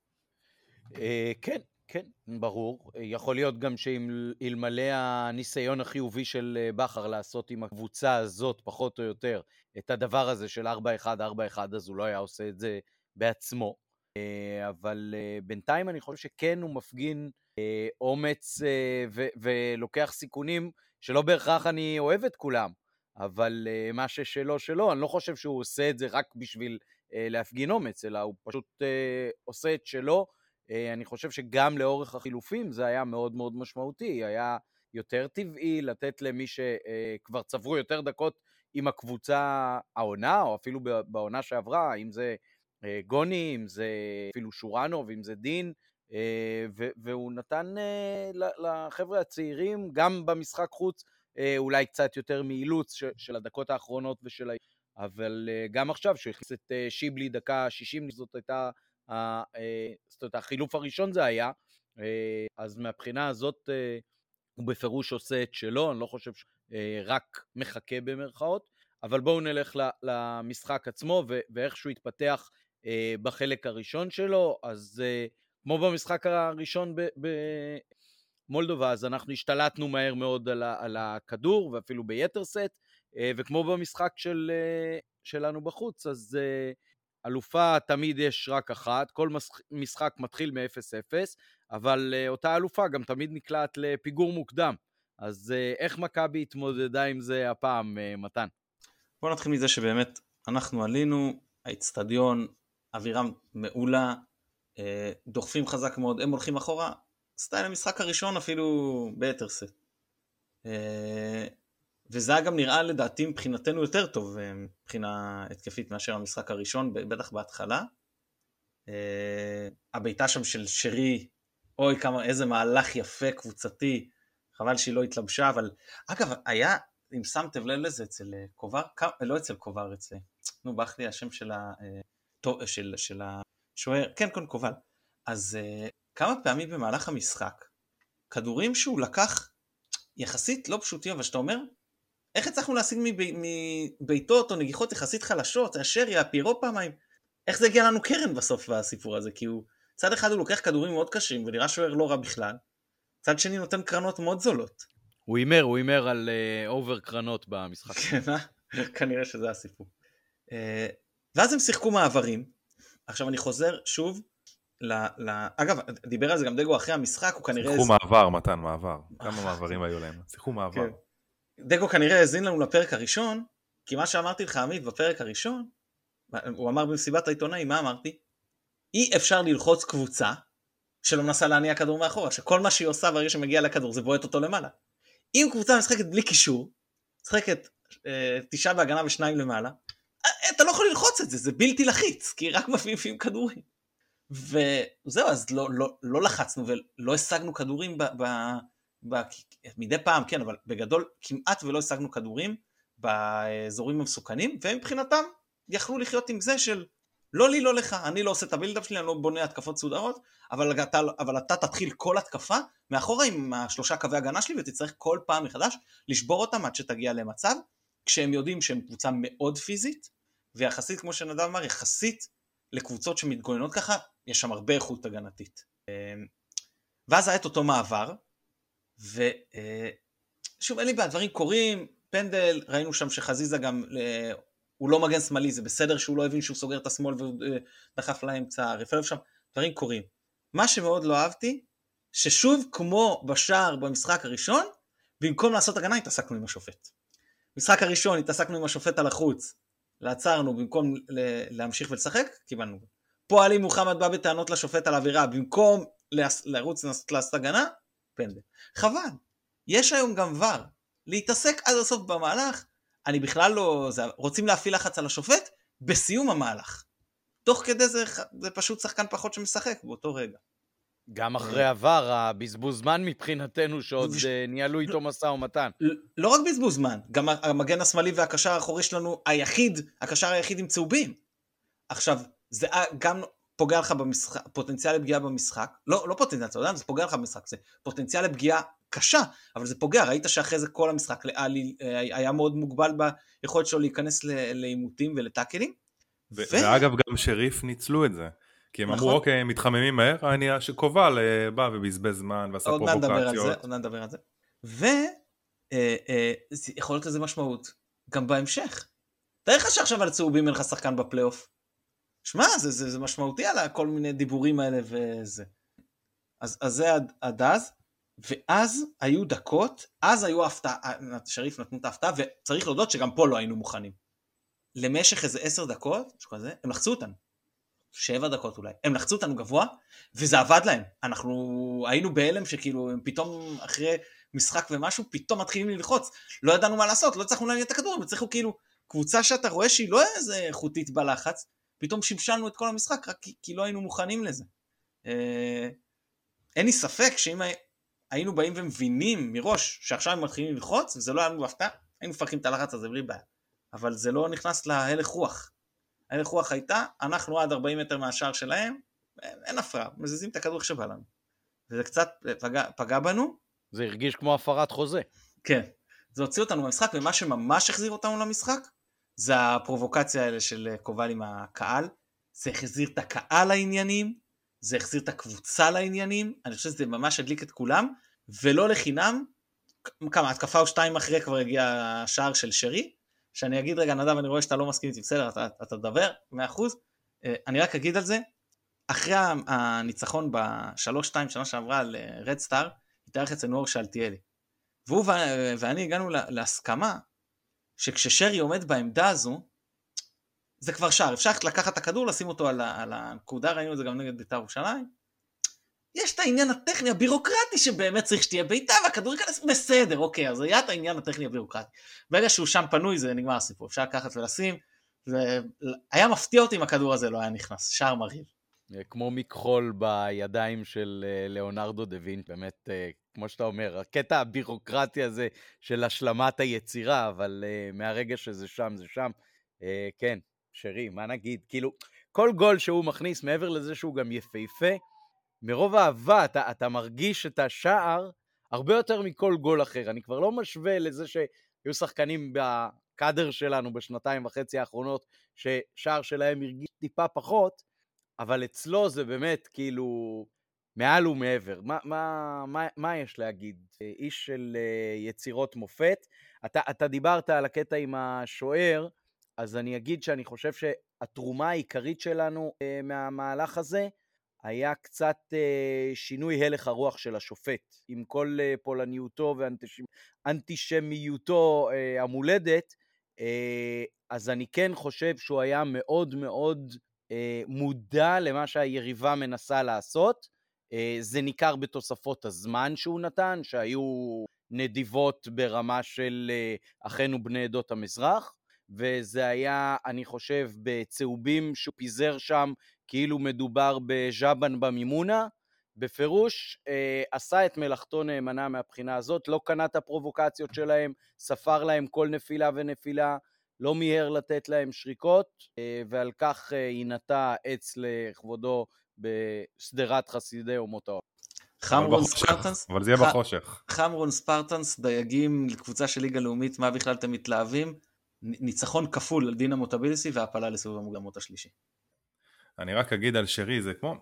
כן, כן, ברור. יכול להיות גם שאלמלא הניסיון החיובי של בכר לעשות עם הקבוצה הזאת, פחות או יותר, את הדבר הזה של ארבע אחד ארבע אחד, אז הוא לא היה עושה את זה בעצמו. אבל בינתיים אני חושב שכן הוא מפגין אומץ ולוקח סיכונים שלא בהכרח אני אוהב את כולם. אבל uh, מה ששלו שלו, אני לא חושב שהוא עושה את זה רק בשביל uh, להפגין אומץ, אלא הוא פשוט uh, עושה את שלו. Uh, אני חושב שגם לאורך החילופים זה היה מאוד מאוד משמעותי, היה יותר טבעי לתת למי שכבר uh, צברו יותר דקות עם הקבוצה העונה, או אפילו בעונה שעברה, אם זה uh, גוני, אם זה אפילו שורנו, ואם זה דין, uh, והוא נתן uh, לחבר'ה הצעירים, גם במשחק חוץ, אולי קצת יותר מאילוץ של הדקות האחרונות ושל ה... אבל גם עכשיו שהכניס את שיבלי דקה שישים, זאת הייתה, זאת אומרת, החילוף הראשון זה היה, אז מהבחינה הזאת הוא בפירוש עושה את שלו, אני לא חושב שרק מחכה במרכאות, אבל בואו נלך למשחק עצמו ואיך שהוא התפתח בחלק הראשון שלו. אז כמו במשחק הראשון ב... ב מולדובה, אז אנחנו השתלטנו מהר מאוד על, ה, על הכדור, ואפילו ביתר סט, וכמו במשחק של, שלנו בחוץ, אז אלופה תמיד יש רק אחת, כל משחק מתחיל מ-אפס אפס, אבל אותה אלופה גם תמיד נקלעת לפיגור מוקדם. אז איך מכבי התמודדה עם זה הפעם, מתן? בוא נתחיל מזה שבאמת אנחנו עלינו, האצטדיון, אווירה מעולה, דוחפים חזק מאוד, הם הולכים אחורה, סטייל המשחק הראשון אפילו ביתר סט. וזה היה גם נראה לדעתי מבחינתנו יותר טוב מבחינה התקפית מאשר המשחק הראשון, בטח בהתחלה. הביתה שם של שרי, אוי כמה, איזה מהלך יפה קבוצתי, חבל שהיא לא התלבשה, אבל אגב היה, אם שמתם לב לזה אצל קובר, לא אצל קובר, אצל, נו באח לי השם של ה... של, של השוער, כן כן קובל, אז כמה פעמים במהלך המשחק, כדורים שהוא לקח יחסית לא פשוטים, אבל שאתה אומר, איך הצלחנו להשיג מביתות או נגיחות יחסית חלשות, השרי, הפירו פעמיים, איך זה הגיע לנו קרן בסוף בסיפור הזה, כי הוא, צד אחד הוא לוקח כדורים מאוד קשים, ונראה שוער לא רע בכלל, צד שני נותן קרנות מאוד זולות. הוא אימר, הוא אימר על אובר קרנות במשחק. כן, כנראה שזה הסיפור. ואז הם שיחקו מעברים, עכשיו אני חוזר שוב, ל, ל... אגב, דיבר על זה גם דגו אחרי המשחק, הוא כנראה... שיחקו מעבר, מתן, מעבר. כמה מעברים היו להם? שיחקו מעבר. כן. דגו כנראה הזין לנו לפרק הראשון, כי מה שאמרתי לך, עמית, בפרק הראשון, הוא אמר במסיבת העיתונאים, מה אמרתי? אי אפשר ללחוץ קבוצה שלא מנסה להניע כדור מאחורה, שכל מה שהיא עושה ברגע שמגיע לכדור, זה בועט אותו למעלה. אם קבוצה משחקת בלי קישור, משחקת אה, תשעה בהגנה ושניים למעלה, אתה לא יכול ללחוץ את זה, זה בלתי לחיץ, כי רק מפעיפים כדורים. וזהו, אז לא, לא, לא לחצנו ולא השגנו כדורים ב, ב, מדי פעם, כן, אבל בגדול כמעט ולא השגנו כדורים באזורים המסוכנים, ומבחינתם יכלו לחיות עם זה של לא לי, לא לך, אני לא עושה את הבילדאפ שלי, אני לא בונה התקפות סודרות, אבל אתה, אבל אתה תתחיל כל התקפה מאחורה עם השלושה קווי הגנה שלי, ותצטרך כל פעם מחדש לשבור אותם עד שתגיע למצב, כשהם יודעים שהם קבוצה מאוד פיזית, ויחסית, כמו שנדב אמר, יחסית לקבוצות שמתגוננות ככה, יש שם הרבה איכות הגנתית. ואז היה את אותו מעבר, ושוב, אין לי בעיה, דברים קורים, פנדל, ראינו שם שחזיזה גם, הוא לא מגן שמאלי, זה בסדר שהוא לא הבין שהוא סוגר את השמאל ודחף לאמצע, רפאל שם, דברים קורים. מה שמאוד לא אהבתי, ששוב כמו בשער במשחק הראשון, במקום לעשות הגנה התעסקנו עם השופט. במשחק הראשון התעסקנו עם השופט על החוץ, לעצרנו במקום להמשיך ולשחק, קיבלנו. פה עלי מוחמד בא בטענות לשופט על אווירה, במקום לרוץ לעשות הגנה, פנדל. חבל, יש היום גם ור, להתעסק עד הסוף במהלך, אני בכלל לא, זה, רוצים להפעיל לחץ על השופט, בסיום המהלך. תוך כדי זה, זה פשוט שחקן פחות שמשחק באותו רגע. גם אחרי עבר, הבזבוז זמן מבחינתנו, שעוד ניהלו איתו מסע ומתן. לא רק בזבוז זמן, גם המגן השמאלי והקשר האחורי שלנו, היחיד, הקשר היחיד עם צהובים. עכשיו, זה גם פוגע לך במשחק, פוטנציאל לפגיעה במשחק, לא, לא פוטנציאל, אתה יודע, זה פוגע לך במשחק, זה פוטנציאל לפגיעה קשה, אבל זה פוגע, ראית שאחרי זה כל המשחק לאלי, היה מאוד מוגבל ביכולת שלו להיכנס לעימותים ולטאקלים. ואגב, גם שריף ניצלו את זה. כי הם אמרו, אוקיי, הם מתחממים מהר, אני שקובל בא ובזבז זמן ועשה פרובוקציות. עוד נדבר על זה. ויכול להיות לזה משמעות, גם בהמשך. תאר לך שעכשיו על צהובים אין לך שחקן בפלייאוף. שמע, זה משמעותי על כל מיני דיבורים האלה וזה. אז זה עד אז, ואז היו דקות, אז היו ההפתעה, שריף נתנו את ההפתעה, וצריך להודות שגם פה לא היינו מוכנים. למשך איזה עשר דקות, שכזה, הם לחצו אותנו. שבע דקות אולי. הם לחצו אותנו גבוה, וזה עבד להם. אנחנו היינו בהלם שכאילו, הם פתאום אחרי משחק ומשהו, פתאום מתחילים ללחוץ. לא ידענו מה לעשות, לא צריכנו להניע את הכדור, וצריכו כאילו, קבוצה שאתה רואה שהיא לא איזה איכותית בלחץ, פתאום שימשלנו את כל המשחק, רק כי, כי לא היינו מוכנים לזה. אה, אין לי ספק שאם היינו באים ומבינים מראש, שעכשיו הם מתחילים ללחוץ, וזה לא היה לנו בהפתעה, היינו מפרקים את הלחץ הזה בלי בעיה. אבל זה לא נכנס להלך רוח. הלך רוח הייתה, אנחנו עד ארבעים מטר מהשער שלהם, אין הפרעה, מזיזים את הכדור שבא לנו. וזה קצת פגע, פגע בנו. זה הרגיש כמו הפרת חוזה. כן, זה הוציא אותנו במשחק, ומה שממש החזיר אותנו למשחק, זה הפרובוקציה האלה של קובל עם הקהל, זה החזיר את הקהל לעניינים, זה החזיר את הקבוצה לעניינים, אני חושב שזה ממש הדליק את כולם, ולא לחינם, כמה, התקפה או שתיים אחרי כבר הגיע השער של שרי, שאני אגיד רגע נדב, אני רואה שאתה לא מסכים איתי, בסדר, אתה, אתה תדבר, מאה אחוז, אני רק אגיד על זה, אחרי הניצחון ב-שלוש שתיים שנה שעברה על רד סטאר, התארך אצלנו אור שאלתיאלי, והוא ואני הגענו להסכמה, שכששרי עומד בעמדה הזו, זה כבר שער, אפשר לקחת את הכדור, לשים אותו על, על הנקודה, ראינו את זה גם נגד בית"ר ירושלים, יש את העניין הטכני הבירוקרטי שבאמת צריך שתהיה בעיטה, והכדור ייכנס בסדר, אוקיי, אז היה את העניין הטכני הבירוקרטי. ברגע שהוא שם פנוי, זה נגמר הסיפור, אפשר לקחת ולשים, והיה מפתיע אותי אם הכדור הזה לא היה נכנס, שער מרהיב. כמו מכחול בידיים של ליאונרדו דה וינצ'י, באמת, כמו שאתה אומר, הקטע הבירוקרטי הזה של השלמת היצירה, אבל מהרגע שזה שם, זה שם, כן, שרי, מה נגיד, כאילו, כל גול שהוא מכניס, מעבר לזה שהוא גם יפהפה, מרוב האהבה, אתה, אתה מרגיש את השער הרבה יותר מכל גול אחר. אני כבר לא משווה לזה שהיו שחקנים בקאדר שלנו בשנתיים וחצי האחרונות, ששער שלהם הרגיש טיפה פחות, אבל אצלו זה באמת כאילו מעל ומעבר. מה, מה, מה, מה יש להגיד? איש של יצירות מופת. אתה, אתה דיברת על הקטע עם השוער, אז אני אגיד שאני חושב שהתרומה העיקרית שלנו מהמהלך הזה, היה קצת אה, שינוי הלך הרוח של השופט, עם כל אה, פולניותו ואנטישמיותו אה, המולדת, אה, אז אני כן חושב שהוא היה מאוד מאוד אה, מודע למה שהיריבה מנסה לעשות, אה, זה ניכר בתוספות הזמן שהוא נתן, שהיו נדיבות ברמה של אה, אחינו בני עדות המזרח, וזה היה, אני חושב, בצהובים שהוא פיזר שם, כאילו מדובר בז'אבן במימונה, בפירוש אה, עשה את מלאכתו נאמנה מהבחינה הזאת, לא קנה את הפרובוקציות שלהם, ספר להם כל נפילה ונפילה, לא מיהר לתת להם שריקות, אה, ועל כך אה, ינטע עץ לכבודו בסדרת חסידי אומות העולם. חמרון ספרטנס, אבל זה יהיה בחושך. חמרון ספרטנס, דייגים לקבוצה של ליגה לאומית, מה בכלל אתם מתלהבים? ניצחון כפול על דינמו טביליסי והפלה לסיבוב המוקדמות השלישי. אני רק אגיד על שרי, זה כמו,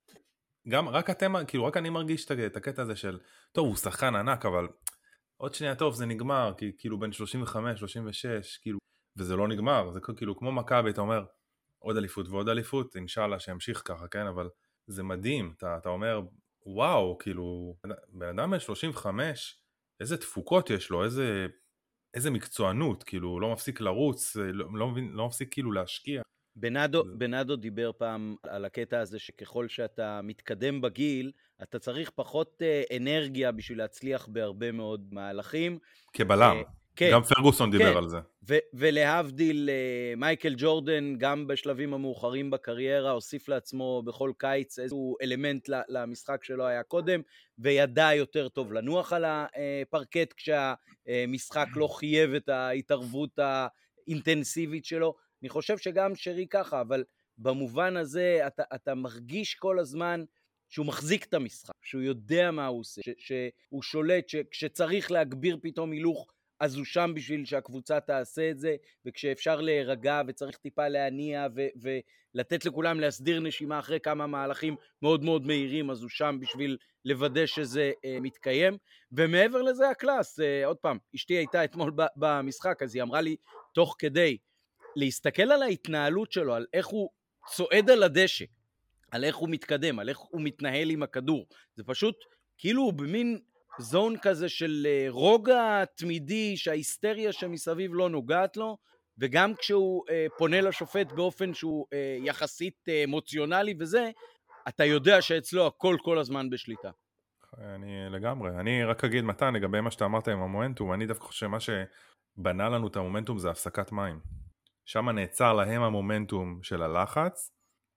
גם רק אתם, כאילו רק אני מרגיש את הקטע הזה של, טוב הוא שחקן ענק, אבל עוד שנייה טוב זה נגמר, כי כאילו בין שלושים וחמש שלושים ושש, כאילו, וזה לא נגמר, זה כאילו כמו מכבי, אתה אומר, עוד אליפות ועוד אליפות, אינשאללה שימשיך ככה, כן, אבל זה מדהים, אתה, אתה אומר, וואו, כאילו, בן אדם בן שלושים וחמש, איזה תפוקות יש לו, איזה, איזה מקצוענות, כאילו, לא מפסיק לרוץ, לא, לא, מבין, לא מפסיק כאילו להשקיע. בנאדו, בנאדו דיבר פעם על הקטע הזה שככל שאתה מתקדם בגיל, אתה צריך פחות אנרגיה בשביל להצליח בהרבה מאוד מהלכים. כבלם. כן, גם פרגוסון דיבר כן. על זה. ו- ולהבדיל, מייקל ג'ורדן, גם בשלבים המאוחרים בקריירה, הוסיף לעצמו בכל קיץ איזשהו אלמנט למשחק שלו היה קודם, וידע יותר טוב לנוח על הפרקט כשהמשחק לא חייב את ההתערבות האינטנסיבית שלו. אני חושב שגם שרי ככה, אבל במובן הזה אתה, אתה מרגיש כל הזמן שהוא מחזיק את המשחק, שהוא יודע מה הוא עושה, ש- שהוא שולט, שכשצריך להגביר פתאום הילוך, אז הוא שם בשביל שהקבוצה תעשה את זה, וכשאפשר להירגע וצריך טיפה להניע ו- ולתת לכולם להסדיר נשימה אחרי כמה מהלכים מאוד מאוד מהירים, אז הוא שם בשביל לוודא שזה uh, מתקיים. ומעבר לזה הקלאס, uh, עוד פעם, אשתי הייתה אתמול ב- במשחק, אז היא אמרה לי תוך כדי להסתכל על ההתנהלות שלו, על איך הוא צועד על הדשא, על איך הוא מתקדם, על איך הוא מתנהל עם הכדור. זה פשוט כאילו הוא במין זון כזה של רוגע תמידי, שההיסטריה שמסביב לא נוגעת לו, וגם כשהוא אה, פונה לשופט באופן שהוא אה, יחסית אה, אמוציונלי וזה, אתה יודע שאצלו הכל כל הזמן בשליטה. אני לגמרי, אני רק אגיד מתן לגבי מה שאתה אמרת עם המומנטום, אני דווקא חושב שמה שבנה לנו את המומנטום זה הפסקת מים. שם נעצר להם המומנטום של הלחץ,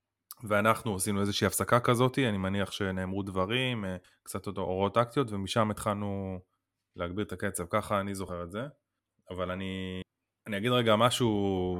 ואנחנו עשינו איזושהי הפסקה כזאת, אני מניח שנאמרו דברים, קצת אורות טקטיות, ומשם התחלנו להגביר את הקצב, ככה אני זוכר את זה, אבל אני, אני אגיד רגע משהו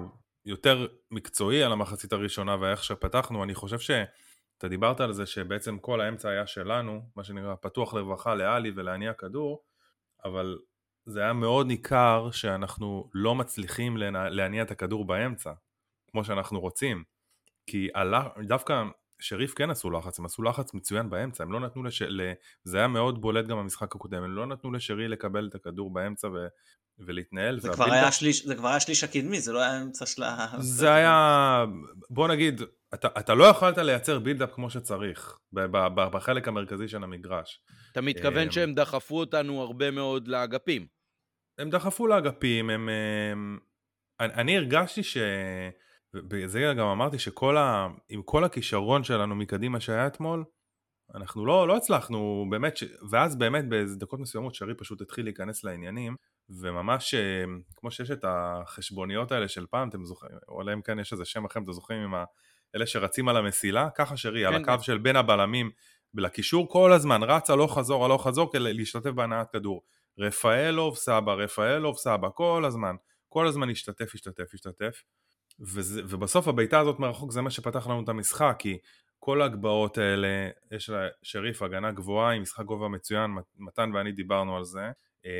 יותר מקצועי על המחצית הראשונה, ואיך שפתחנו, אני חושב שאתה דיברת על זה שבעצם כל האמצע היה שלנו, מה שנראה פתוח לרווחה לאלי ולהניע כדור, אבל זה היה מאוד ניכר שאנחנו לא מצליחים להניע את הכדור באמצע, כמו שאנחנו רוצים, כי דווקא שריף כן עשו לחץ, הם עשו לחץ מצוין באמצע, הם לא נתנו לש... זה היה מאוד בולט גם במשחק הקודם, הם לא נתנו לשרי לקבל את הכדור באמצע ו... ולהתנהל. זה, כבר היה שליש, זה כבר היה שליש הקדמי, זה לא היה אמצע של ה... זה היה, בוא נגיד, אתה, אתה לא יכולת לייצר בילדאפ כמו שצריך, בחלק המרכזי של המגרש. אתה מתכוון שהם דחפו אותנו הרבה מאוד לאגפים? הם דחפו לאגפים, הם... הם... אני, אני הרגשתי ש... בזה גם אמרתי שכל ה... עם כל הכישרון שלנו מקדימה שהיה אתמול, אנחנו לא, לא הצלחנו באמת, ש... ואז באמת בדקות מסוימות שרי פשוט התחיל להיכנס לעניינים, וממש כמו שיש את החשבוניות האלה של פעם, אתם זוכרים, או עליהם כאן יש איזה שם אחר, אתם זוכרים עם ה... אלה שרצים על המסילה, ככה שרי, כן, על הקו כן. של בין הבלמים לקישור כל הזמן, רץ הלוך חזור, הלוך חזור, כדי להשתתף בהנעת כדור. רפאלוב, סבא, רפאלוב, סבא, כל הזמן, כל הזמן השתתף, השתתף, השתתף. וזה, ובסוף הביתה הזאת מרחוק זה מה שפתח לנו את המשחק, כי כל ההגבהות האלה, יש לה שריף הגנה גבוהה, עם משחק גובה מצוין, מתן ואני דיברנו על זה,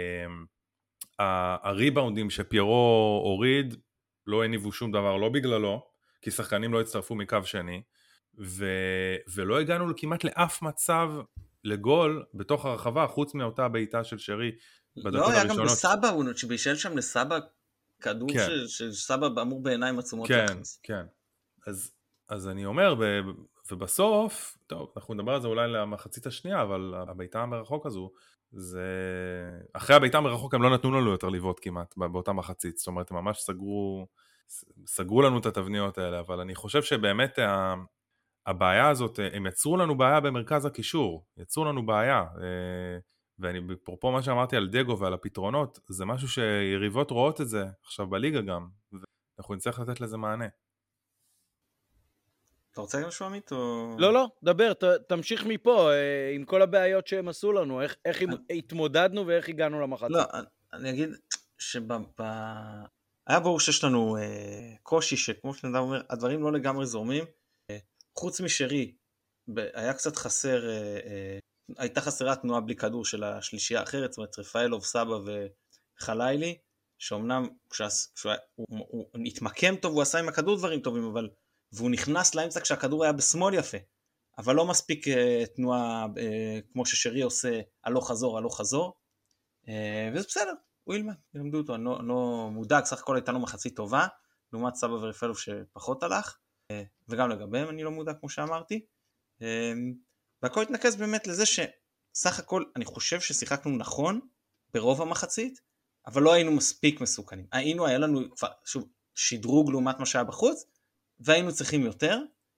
הריבאונדים שפיירו הוריד, לא הניבו שום דבר, לא בגללו, כי שחקנים לא הצטרפו מקו שני, ו, ולא הגענו כמעט לאף מצב לגול בתוך הרחבה, חוץ מאותה הביתה של שרי, בדקות הראשונות. הראשונות. לא, היה גם בסבא, הוא שבישל שם לסבא, כדור כן. שסבא אמור בעיניים עצומות כן, להכניס. כן, אז, אז אני אומר, ו, ובסוף, טוב, אנחנו נדבר על זה אולי למחצית השנייה, אבל הביתה המרחוק הזו, זה... אחרי הביתה המרחוק הם לא נתנו לנו יותר לבעוט כמעט, באותה מחצית, זאת אומרת, הם ממש סגרו, סגרו לנו את התבניות האלה, אבל אני חושב שבאמת הבעיה הזאת, הם יצרו לנו בעיה במרכז הקישור, יצרו לנו בעיה, ואני בפרופו מה שאמרתי על דגו ועל הפתרונות, זה משהו שיריבות רואות את זה עכשיו בליגה גם, ואנחנו נצטרך לתת לזה מענה. אתה רוצה משהו עמית או... לא, לא, דבר, ת, תמשיך מפה, עם כל הבעיות שהם עשו לנו, איך, איך אני... התמודדנו ואיך הגענו למחצית. לא, אני אגיד שב... היה ברור שיש לנו אה, קושי שכמו שנדע אומר, הדברים לא לגמרי זורמים, אה, חוץ משרי, ב... היה קצת חסר, אה, אה, הייתה חסרה תנועה בלי כדור של השלישייה האחרת, זאת אומרת רפאלוב, סבא וחלילי, שאומנם כשהוא, כשהוא, הוא, הוא התמקם טוב, הוא עשה עם הכדור דברים טובים, אבל, והוא נכנס לאמצע כשהכדור היה בשמאל יפה, אבל לא מספיק uh, תנועה uh, כמו ששרי עושה, הלוך חזור, הלוך חזור, uh, וזה בסדר, הוא ילמד, ילמדו אותו, אני לא, לא מודאג, סך הכל הייתה לו מחצית טובה, לעומת סבא ורפאלוב שפחות הלך, uh, וגם לגביהם אני לא מודאג כמו שאמרתי, uh, והכל התנקז באמת לזה שסך הכל אני חושב ששיחקנו נכון ברוב המחצית, אבל לא היינו מספיק מסוכנים. היינו, היה לנו שוב, שדרוג לעומת מה שהיה בחוץ, והיינו צריכים יותר,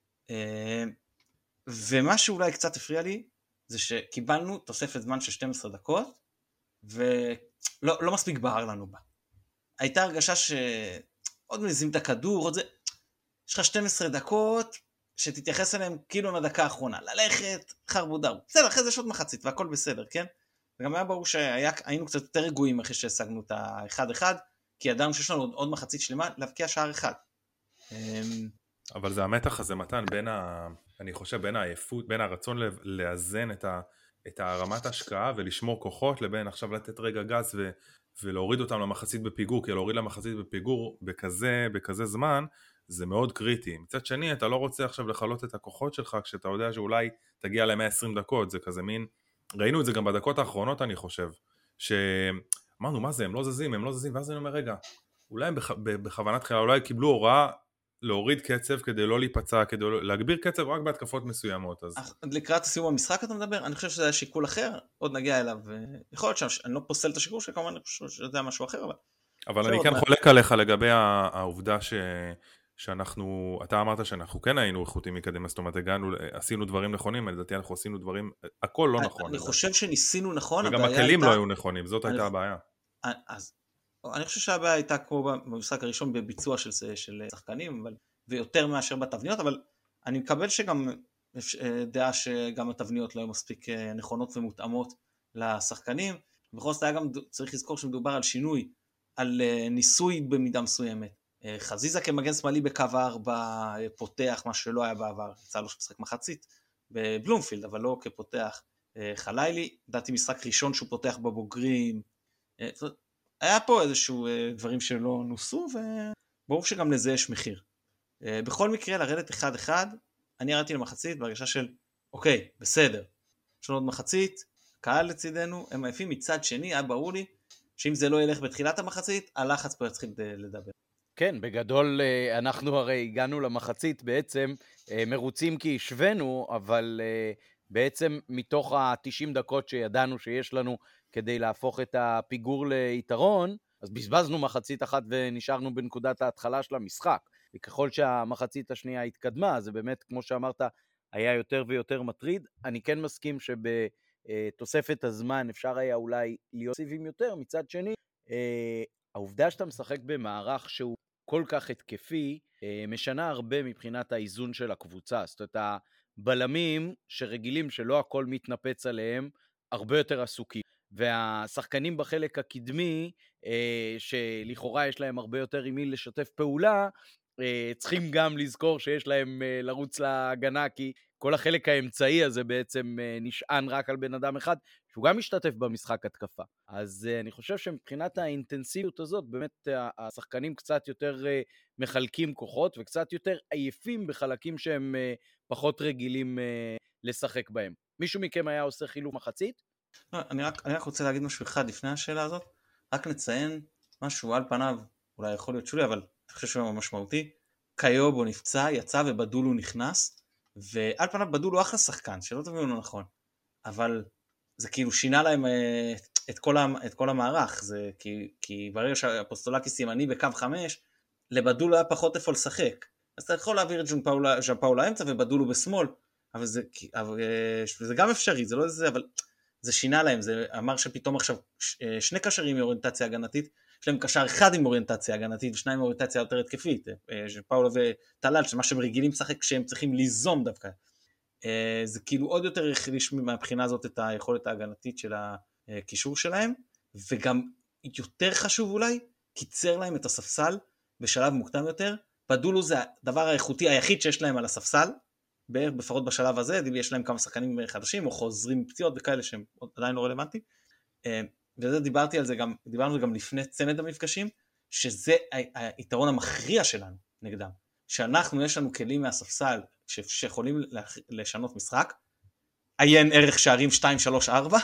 ומה שאולי קצת הפריע לי, זה שקיבלנו תוספת זמן של שתים עשרה דקות, ולא לא מספיק בער לנו בה. הייתה הרגשה שעוד מזים את הכדור, עוד זה, יש לך שתים עשרה דקות, שתתייחס אליהם כאילו לדקה האחרונה, ללכת, חרבודר, בסדר, אחרי זה יש עוד מחצית, והכל בסדר, כן? וגם היה ברור שהיינו קצת יותר רגועים אחרי שהשגנו את האחד אחד, כי ידענו שיש לנו עוד, עוד מחצית שלמה להבקיע שער אחד. אבל זה המתח הזה מתן בין ה... אני חושב בין העייפות, בין הרצון לאזן את, ה... את הרמת ההשקעה ולשמור כוחות, לבין עכשיו לתת רגע גז ו... ולהוריד אותם למחצית בפיגור, כי להוריד למחצית בפיגור בכזה, בכזה זמן, זה מאוד קריטי. מצד שני, אתה לא רוצה עכשיו לחלות את הכוחות שלך, כשאתה יודע שאולי תגיע ל-מאה ועשרים דקות, זה כזה מין... ראינו את זה גם בדקות האחרונות, אני חושב, שאמרנו, מה זה, הם לא זזים, הם לא זזים, ואז אני אומר, רגע, אולי הם בכוונת תחילה, אולי קיבלו הוראה להוריד קצב כדי לא להיפצע, כדי להגביר קצב רק בהתקפות מסוימות. אז... לקראת סיום המשחק אתה מדבר? אני חושב שזה היה שיקול אחר, עוד נגיע אליו, יכול להיות שאני לא פוסל את השיקול שכמובן אני חושב שזה היה משהו אחר, אבל... אבל אני כן חולק עליך לגבי העובדה ש... שאנחנו, אתה אמרת שאנחנו כן היינו איכותים מקדימה, זאת אומרת, הגענו, עשינו דברים נכונים, לדעתי אנחנו עשינו דברים, הכל לא נכון. אני חושב שניסינו נכון, וגם הכלים לא היו נכונים, זאת הייתה הבעיה. אז אני חושב שהבעיה הייתה כמו במשחק הראשון בביצוע של שחקנים, ויותר מאשר בתבניות, אבל אני מקבל שגם דעה שגם התבניות לא היו מספיק נכונות ומותאמות לשחקנים, בכל זאת היה גם צריך לזכור שמדובר על שינוי, על ניסוי במידה מסוימת. חזיזה כמגן שמאלי בקו ארבע פותח מה שלא היה בעבר, יצא לו שמשחק מחצית בבלומפילד, אבל לא כפותח. חלילי, דעתי משחק ראשון שהוא פותח בבוגרים, היה פה איזשהו דברים שלא נוסו, וברור שגם לזה יש מחיר. בכל מקרה לרדת אחד אחד, אני ירדתי למחצית בהרגשה של, אוקיי, בסדר, יש לנו עוד מחצית, קהל לצידנו, הם עייפים, מצד שני, היה ברור לי, שאם זה לא ילך בתחילת המחצית, הלחץ פה יתחיל לדבר. כן, בגדול אנחנו הרי הגענו למחצית בעצם מרוצים כי השווינו, אבל בעצם מתוך ה-תשעים דקות שידענו שיש לנו כדי להפוך את הפיגור ליתרון, אז בזבזנו מחצית אחת ונשארנו בנקודת ההתחלה של המשחק. וככל שהמחצית השנייה התקדמה, זה באמת, כמו שאמרת, היה יותר ויותר מטריד. אני כן מסכים שבתוספת הזמן אפשר היה אולי להיות סיבים יותר, מצד שני, העובדה שאתה משחק במערך שהוא כל כך התקפי, משנה הרבה מבחינת האיזון של הקבוצה. זאת אומרת, הבלמים שרגילים שלא הכל מתנפץ עליהם, הרבה יותר עסוקים. והשחקנים בחלק הקדמי, שלכאורה יש להם הרבה יותר עם מי לשתף פעולה, צריכים גם לזכור שיש להם לרוץ להגנה, כי כל החלק האמצעי הזה בעצם נשען רק על בן אדם אחד, שהוא גם משתתף במשחק התקפה. אז אני חושב שמבחינת האינטנסיביות הזאת, באמת השחקנים קצת יותר מחלקים כוחות, וקצת יותר עייפים בחלקים שהם פחות רגילים לשחק בהם. מישהו מכם היה עושה חילוף מחצית? לא, אני רק, אני רק רוצה להגיד משהו אחד לפני השאלה הזאת, רק נציין משהו על פניו, אולי יכול להיות שולי, אבל אני חושב שהוא משמעותי, קיובו נפצע, יצא ובדולו נכנס, ועל פניו בדולו אחלה שחקן, שלא תבינו לא נכון, אבל זה כאילו שינה להם את כל, את כל המערך, זה כי, כי ברגע שהפוסטולקיס ימני בקו חמש, לבדולו היה פחות איפה לשחק, אז אתה יכול להעביר את ז'אן פאול לאמצע ובדולו בשמאל, אבל זה, אבל זה גם אפשרי, זה לא זה, אבל זה שינה להם, זה אמר שפתאום עכשיו שני קשרים מאוריינטציה הגנתית, יש להם קשר אחד עם אוריינטציה הגנתית, ושניים עם אוריינטציה יותר התקפית, פאולו וטלל, שמה שהם רגילים לשחק כשהם צריכים ליזום דווקא. זה כאילו עוד יותר החליש מהבחינה הזאת את היכולת ההגנתית של הקישור שלהם, וגם יותר חשוב אולי, קיצר להם את הספסל בשלב מוקדם יותר. פדולו זה הדבר האיכותי היחיד שיש להם על הספסל, בערך בפחות בשלב הזה, יש להם כמה שחקנים חדשים, או חוזרים פציעות וכאלה שהם עדיין לא רלוונטיים, וזה דיברתי על זה גם, דיברנו גם לפני צמד המפגשים, שזה היתרון המכריע שלנו נגדם, שאנחנו יש לנו כלים מהספסל, שיכולים לשנות משחק, עיין ערך שערים שתיים, שלוש, ארבע,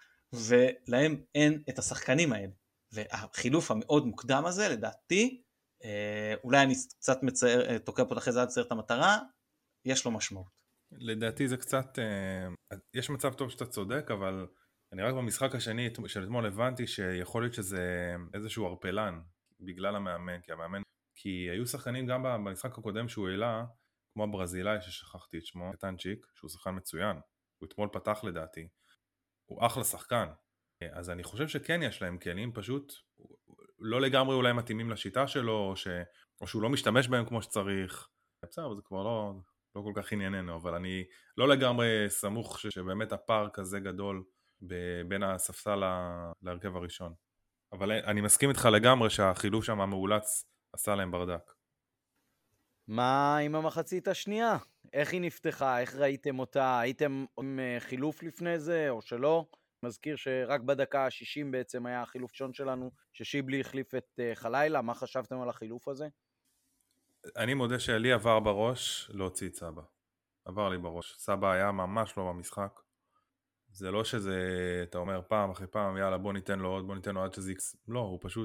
ולהם אין את השחקנים האלה, והחילוף המאוד מוקדם הזה, לדעתי, אולי אני קצת מצייר, תוקע פה אחרי זה עד צייר את המטרה, יש לו משמעות. לדעתי זה קצת, יש מצב טוב שאתה צודק, אבל אני רק במשחק השני של אתמול הבנתי שיכול להיות שזה איזשהו ארפלן, בגלל המאמן, כי המאמן, כי היו שחקנים גם במשחק הקודם שהוא העלה, כמו הברזילאי ששכחתי את שמו, קטנצ'יק, שהוא שחקן מצוין, הוא אתמול פתח לדעתי, הוא אחלה שחקן, אז אני חושב שכן יש להם כלים, פשוט לא לגמרי אולי מתאימים לשיטה שלו, או, ש... או שהוא לא משתמש בהם כמו שצריך, בסדר, זה כבר לא, לא כל כך ענייננו, אבל אני לא לגמרי סמוך ש... שבאמת הפער כזה גדול ב... בין הספסל להרכב הראשון. אבל אני מסכים איתך לגמרי שהחילוף שם המאולץ עשה להם ברדק. מה עם המחצית השנייה? איך היא נפתחה? איך ראיתם אותה? הייתם עם חילוף לפני זה או שלא? מזכיר שרק בדקה ה-שישים בעצם היה החילוף שון שלנו, ששיבלי החליף את חלילה. מה חשבתם על החילוף הזה? אני מודה שלי עבר בראש להוציא את סבא. עבר לי בראש. סבא היה ממש לא במשחק. זה לא שזה, אתה אומר פעם אחרי פעם, יאללה בוא ניתן לו עוד, בוא ניתן לו עד שזה יקס. לא, הוא פשוט,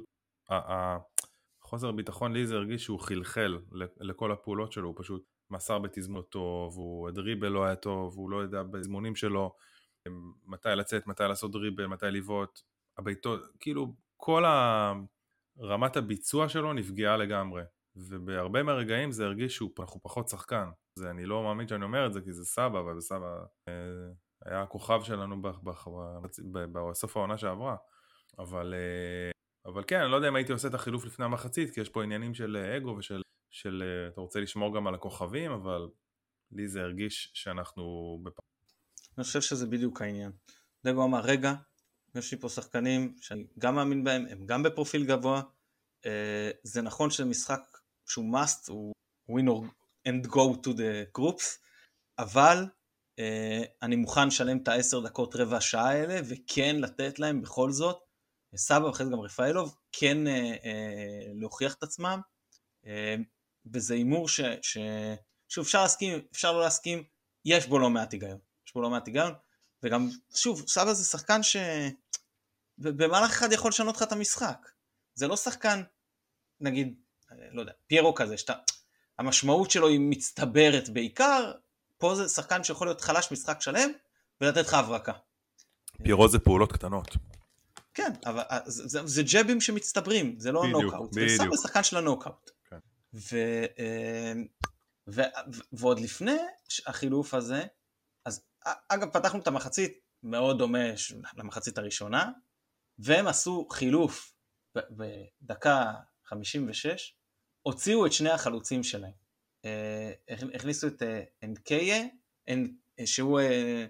החוסר ביטחון לי זה הרגיש שהוא חלחל לכל הפעולות שלו, הוא פשוט מסר בתזמון טוב, הוא הדריבל לא היה טוב, הוא לא יודע בזמונים שלו, מתי לצאת, מתי לעשות דריבל, מתי לבעוט, הביתות, כאילו כל רמת הביצוע שלו נפגעה לגמרי, ובהרבה מהרגעים זה הרגיש שהוא פחות שחקן, זה אני לא מאמין שאני אומר את זה, כי זה סבא, וסבא היה הכוכב שלנו בסוף העונה שעברה, אבל, אבל כן, אני לא יודע אם הייתי עושה את החילוף לפני המחצית, כי יש פה עניינים של אגו ושל, של, אתה רוצה לשמור גם על הכוכבים, אבל לי זה הרגיש שאנחנו בפעם. אני חושב שזה בדיוק העניין. דגו אמר, רגע, יש לי פה שחקנים שאני גם מאמין בהם, הם גם בפרופיל גבוה, זה נכון שזה משחק שהוא must, הוא win or and go to the groups, אבל אני מוכן לשלם את העשר דקות רבע שעה האלה, וכן לתת להם בכל זאת, סבא ואחרי זה גם רפאלוב, כן להוכיח את עצמם, וזה אימור ש, ש, שוב אפשר להסכים, אפשר לא להסכים, יש בו לא מעט היגיון. יש בו לא מעט היגיון, וגם, שוב, סבא זה שחקן שבמהלך אחד יכול לשנות לך את המשחק. זה לא שחקן, נגיד, לא יודע, פיירו כזה, שאתה, המשמעות שלו היא מצטברת בעיקר, פה זה שחקן שיכול להיות חלש משחק שלם, ולתת לך הברקה. פיירו זה פעולות קטנות. כן, אבל זה, זה, זה ג'בים שמצטברים, זה לא נוקאוט. זה סבא שחקן של הנוקאוט. כן. ו, ו, ו, ועוד לפני החילוף הזה, אז אגב פתחנו את המחצית מאוד דומה למחצית הראשונה, והם עשו חילוף בדקה חמישים ושש, הוציאו את שני החלוצים שלהם, הכניסו את אנקיה, שהוא,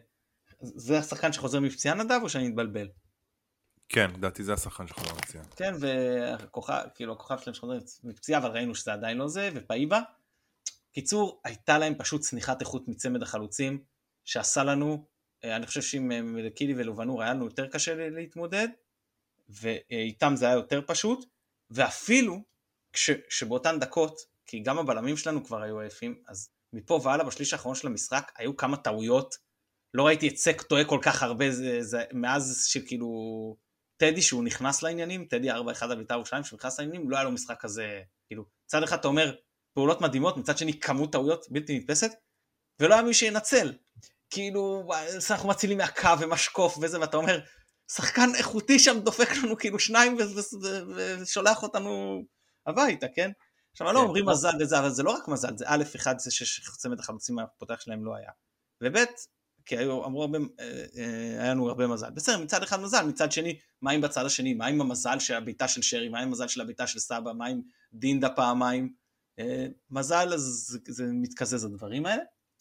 זה השחקן שחוזר מפציעה נדב או שאני מתבלבל? כן, דעתי זה השחקן שחוזר מפציעה. כן, והכוכב, כאילו הכוכב שלהם שחוזר מפציעה, אבל ראינו שזה עדיין לא זה, ופאיבה. קיצור, הייתה להם פשוט צניחת איכות מצמד החלוצים, שעשה לנו, אני חושב שעם מלקילי ולובנור היה לנו יותר קשה להתמודד, ואיתם זה היה יותר פשוט, ואפילו כש, שבאותן דקות, כי גם הבלמים שלנו כבר היו עייפים, אז מפה והלאה בשליש האחרון של המשחק, היו כמה טעויות, לא ראיתי את סק טועה כל כך הרבה, זה, זה, מאז שכאילו, טדי שהוא נכנס לעניינים, טדי ארבע אחד על בית"ר ירושלים שנכנס לעניינים, לא היה לו משחק כזה, כאילו, צד אחד אתה אומר, פעולות מדהימות, מצד שני כמות טעויות בלתי נתפסת, ולא היה מי שינצל, כאילו, אנחנו מצילים מהקו ומשקוף וזה, ואתה אומר, שחקן איכותי שם דופק לנו כאילו שניים ושולח אותנו הביתה, כן? עכשיו, לא אומרים מזל וזה, אבל זה לא רק מזל, זה א' אחד זה שצמד החלוצים הפותח שלהם לא היה. וב' כי היו, אמרו הרבה, היה לנו הרבה מזל. בסדר, מצד אחד מזל, מצד שני, מה עם בצד השני? מה עם המזל של הביתה של שרי? מה עם המזל של הביתה של סבא? מה עם דינדה פעמיים? מזל, אז זה מתקזז הדברים האלה.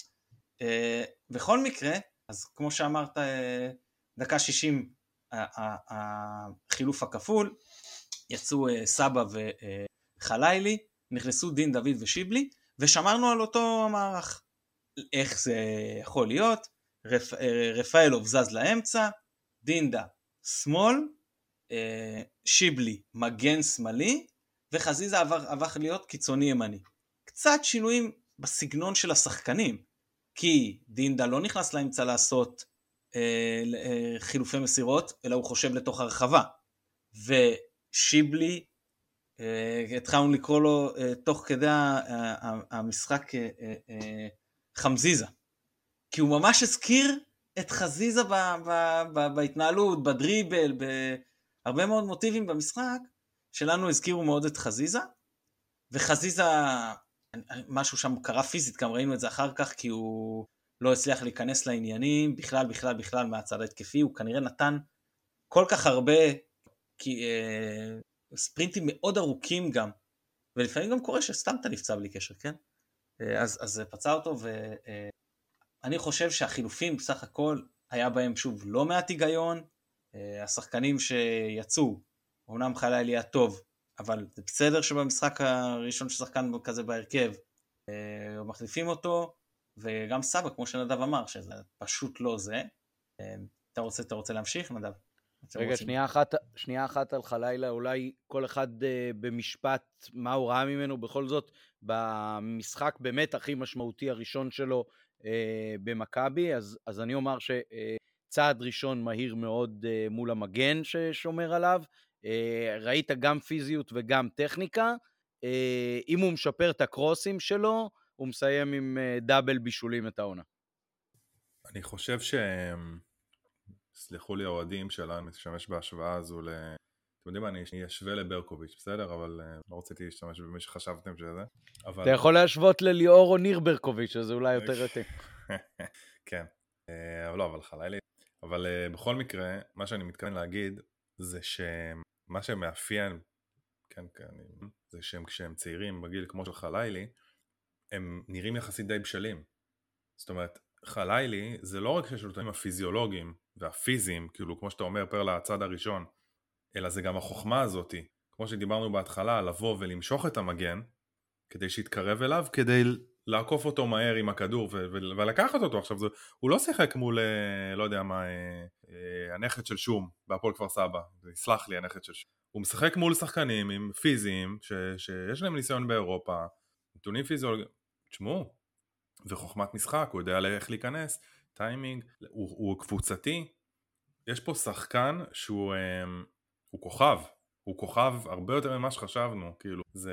בכל מקרה, אז כמו שאמרת, דקה שישים, החילוף הכפול, יצאו סבא וחלילי, נכנסו דין דוד ושיבלי, ושמרנו על אותו מערך. איך זה יכול להיות? רפ, רפאלוב זז לאמצע, דינדה שמאל, שיבלי מגן שמאלי, וחזיזה עבר, עבר להיות קיצוני ימני. קצת שינויים בסגנון של השחקנים, כי דינדה לא נכנס לאמצע לעשות אה, חילופי מסירות, אלא הוא חושב לתוך הרחבה. ושיבלי, אה, התחלנו לקרוא לו אה, תוך כדי המשחק אה, אה, חמזיזה. כי הוא ממש הזכיר את חזיזה ב, ב, ב, בהתנהלות, בדריבל, בהרבה מאוד מוטיבים במשחק, שלנו הזכירו מאוד את חזיזה, וחזיזה, משהו שם קרה פיזית, גם ראינו את זה אחר כך, כי הוא לא הצליח להיכנס לעניינים, בכלל, בכלל, בכלל, מהצד ההתקפי, הוא כנראה נתן כל כך הרבה, כי, אה, ספרינטים מאוד ארוכים גם, ולפעמים גם קורה שסתם אתה נפצע בלי קשר, כן? אז, אז פצע אותו, ואני חושב שהחילופים בסך הכל, היה בהם שוב לא מעט היגיון, השחקנים שיצאו, אומנם חלילי היה טוב, אבל זה בסדר שבמשחק הראשון ששחקן כזה בהרכב, מחליפים אותו, וגם סבא, כמו שנדב אמר, שזה פשוט לא זה. אתה רוצה, אתה רוצה להמשיך, נדב? רגע, שנייה אחת, שנייה אחת על חלילה, אולי כל אחד במשפט, מה הוא ראה ממנו בכל זאת, במשחק באמת הכי משמעותי הראשון שלו במכבי, אז, אז אני אומר שצעד ראשון מהיר מאוד מול המגן ששומר עליו, ראית גם פיזיות וגם טכניקה, אם הוא משפר את הקרוסים שלו, הוא מסיים עם דאבל בישולים את העונה. אני חושב ש... סליחו לי האוהדים שלנו, משתמש בהשוואה הזו ל... אתם יודעים מה, אני אשווה לברקוביץ', בסדר? אבל לא רציתי להשתמש במי שחשבתם שזה. אבל... אתה יכול להשוות לליאור או ניר ברקוביץ', אז זה אולי יותר רטי. כן, אבל לא, אבל חלילי. אבל בכל מקרה, מה שאני מתכוון להגיד, זה שמה שמאפיין, כן, כן, זה שהם כשהם צעירים בגיל כמו של חלילי, הם נראים יחסית די בשלים. זאת אומרת, חלילי זה לא רק שיש לו תנאים הפיזיולוגיים והפיזיים, כאילו כמו שאתה אומר פר לצד הראשון, אלא זה גם החוכמה הזאת, כמו שדיברנו בהתחלה, לבוא ולמשוך את המגן, כדי שיתקרב אליו, כדי לעקוף אותו מהר עם הכדור ו- ו- ולקחת אותו. עכשיו זה, הוא לא שיחק מול, לא יודע מה, הנכד של שום, בהפועל כפר סבא, יסלח לי הנכד של שום. הוא משחק מול שחקנים עם פיזיים, ש- שיש להם ניסיון באירופה, נתונים פיזיולוגיים, תשמעו, וחוכמת משחק, הוא יודע איך להיכנס, טיימינג, הוא, הוא קבוצתי, יש פה שחקן שהוא הוא כוכב, הוא כוכב הרבה יותר ממה שחשבנו, כאילו, זה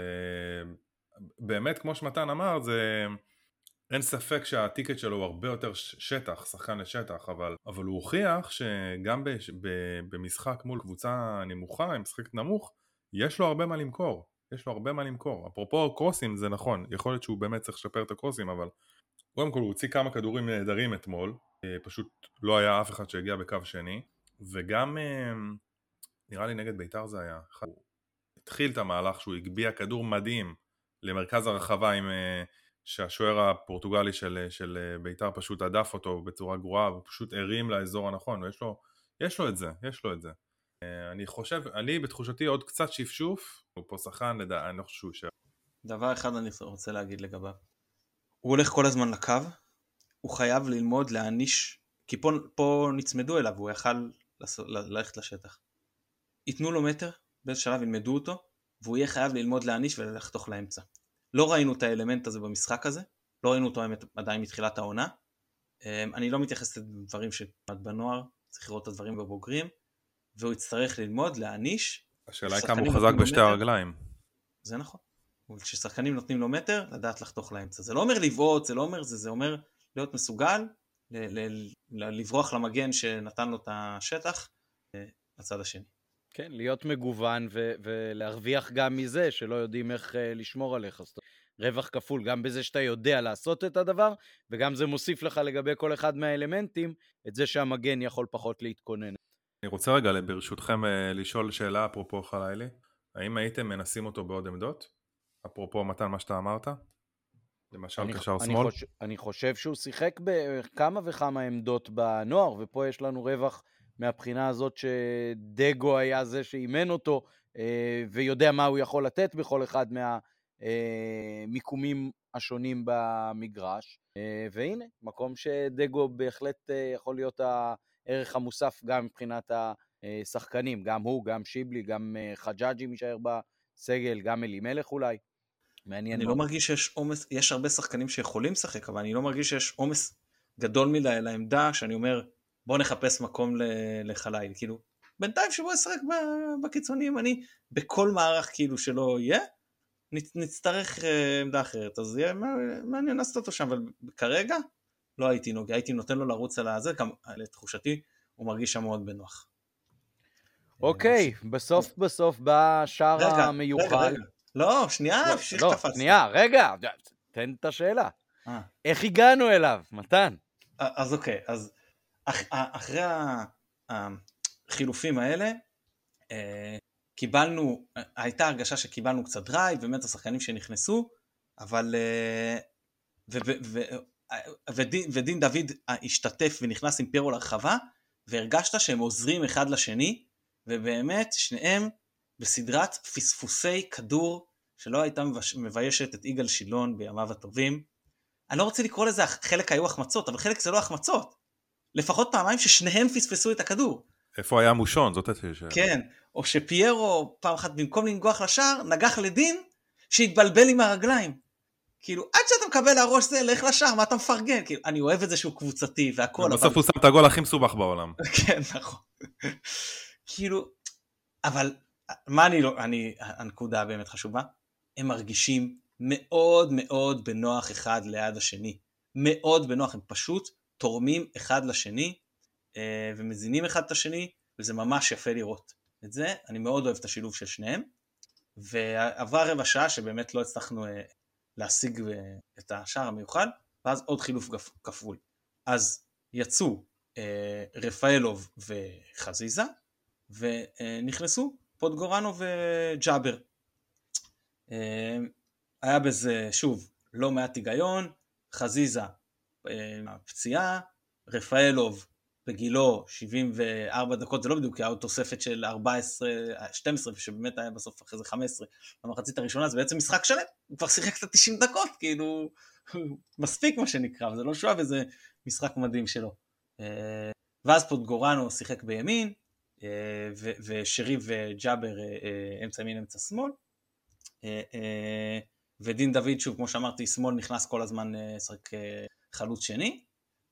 באמת כמו שמתן אמר, זה אין ספק שהטיקט שלו הוא הרבה יותר שטח, שחקן לשטח, אבל, אבל הוא הוכיח שגם ב, ב, במשחק מול קבוצה נמוכה, עם משחק נמוך, יש לו הרבה מה למכור, יש לו הרבה מה למכור. אפרופו קרוסים זה נכון, יכול להיות שהוא באמת צריך לשפר את הקרוסים, אבל קודם כל הוא הוציא כמה כדורים נהדרים אתמול, פשוט לא היה אף אחד שהגיע בקו שני, וגם נראה לי נגד ביתר זה היה, הוא התחיל את המהלך שהוא הגביע כדור מדהים למרכז הרחבה עם שהשוער הפורטוגלי של, של ביתר פשוט עדף אותו בצורה גרועה, הוא פשוט הרים לאזור הנכון, ויש לו, יש לו את זה, יש לו את זה. אני חושב, אני בתחושתי עוד קצת שפשוף, הוא פה שחקן, לדע, אני לא חושב שהוא ש... דבר אחד אני רוצה להגיד לגביו. הוא הולך כל הזמן לקו, הוא חייב ללמוד להעניש, כי פה, פה נצמדו אליו, הוא יכל ללכת לשטח. ייתנו לו מטר, באיזה שלב ילמדו אותו, והוא יהיה חייב ללמוד להעניש ולחתוך לאמצע. לא ראינו את האלמנט הזה במשחק הזה, לא ראינו אותו עדיין מתחילת העונה. אני לא מתייחס לדברים שפעד בנוער, צריך לראות את הדברים בבוגרים, והוא יצטרך ללמוד להעניש. השאלה היא כמה הוא חזק בשתי הרגליים. זה נכון. כששחקנים נותנים לו מטר, לדעת לחתוך לאמצע. זה לא אומר לבעוט, זה לא אומר זה, זה אומר להיות מסוגל, ל- ל- ל- לברוח למגן שנתן לו את השטח, לצד השני. כן, להיות מגוון ו- ולהרוויח גם מזה, שלא יודעים איך uh, לשמור עליך. רווח כפול, גם בזה שאתה יודע לעשות את הדבר, וגם זה מוסיף לך לגבי כל אחד מהאלמנטים, את זה שהמגן יכול פחות להתכונן. אני רוצה רגע ברשותכם לשאול שאלה אפרופו חלילי, האם הייתם מנסים אותו בעוד עמדות? אפרופו מתן מה שאתה אמרת? למשל אני, קשר אני שמאל? חושב, אני חושב שהוא שיחק בכמה וכמה עמדות בנוער, ופה יש לנו רווח מהבחינה הזאת שדגו היה זה שאימן אותו, ויודע מה הוא יכול לתת בכל אחד מהמיקומים השונים במגרש. והנה, מקום שדגו בהחלט יכול להיות הערך המוסף גם מבחינת השחקנים, גם הוא, גם שיבלי, גם חג'אג'י משאר בסגל, גם אלימלך אולי. מעניין. אני לא מרגיש שיש עומס, יש הרבה שחקנים שיכולים לשחק, אבל אני לא מרגיש שיש עומס גדול מדי לעמדה, שאני אומר, בוא נחפש מקום לחלילי, כאילו, בינתיים שבוא ישחק בקיצונים, אני בכל מערך כאילו שלא יהיה, נצטרך עמדה אחרת, אז יהיה מעניין לעשות אותו שם, אבל כרגע לא הייתי נוגע, הייתי נותן לו לרוץ על הזה, גם לתחושתי הוא מרגיש שם מאוד בנוח. אוקיי, בסוף בסוף בא שער המיוחד. לא, שנייה, לא, שנייה, רגע, תן את השאלה. איך הגענו אליו, מתן? אז אוקיי, אז אחרי החילופים האלה, קיבלנו, הייתה הרגשה שקיבלנו קצת דרייב, באמת השחקנים שנכנסו, אבל, ודין דוד השתתף ונכנס עם פירו לרחבה, והרגשת שהם עוזרים אחד לשני, ובאמת שניהם בסדרת פספוסי כדור, שלא הייתה מביישת את יגאל שילון בימיו הטובים. אני לא רוצה לקרוא לזה, חלק היו החמצות, אבל חלק זה לא החמצות. לפחות פעמיים ששניהם פספסו את הכדור. איפה היה מושון? זאת השאלה. כן, או שפיירו פעם אחת במקום לנגוח לשער, נגח לדין שהתבלבל עם הרגליים. כאילו, עד שאתה מקבל הראש זה, לך לשער, מה אתה מפרגן? כאילו, אני אוהב את זה שהוא קבוצתי והכל. בסוף אבל... הוא שם את הגול הכי מסובך בעולם. כן, נכון. כאילו, אבל מה אני לא, אני, הנקודה באמת חשובה, הם מרגישים מאוד מאוד בנוח אחד ליד השני. מאוד בנוח, הם פשוט תורמים אחד לשני, ומזינים אחד את השני, וזה ממש יפה לראות. את זה, אני מאוד אוהב את השילוב של שניהם, ועבר רבע שעה שבאמת לא הצלחנו להשיג את השער המיוחד, ואז עוד חילוף כפול. אז יצאו רפאלוב וחזיזה, ונכנסו פוטגורנו וג'אבר. היה בזה, שוב, לא מעט היגיון, חזיזה פציעה, רפאלוב בגילו שבעים וארבע דקות, זה לא בדיוק, היה עוד תוספת של ארבע עשרה, שתים עשרה, שבאמת היה בסוף אחרי זה חמש עשרה, במחצית הראשונה, זה בעצם משחק שלם, הוא כבר שיחק את ה-תשעים דקות, כאילו, מספיק מה שנקרא, וזה לא שואה, וזה משחק מדהים שלו. ואז פוטגורנו שיחק בימין, ושרי וג'אבר אמצע ימין אמצע שמאל, ודין דוד שוב כמו שאמרתי שמאל נכנס כל הזמן שחק חלוץ שני,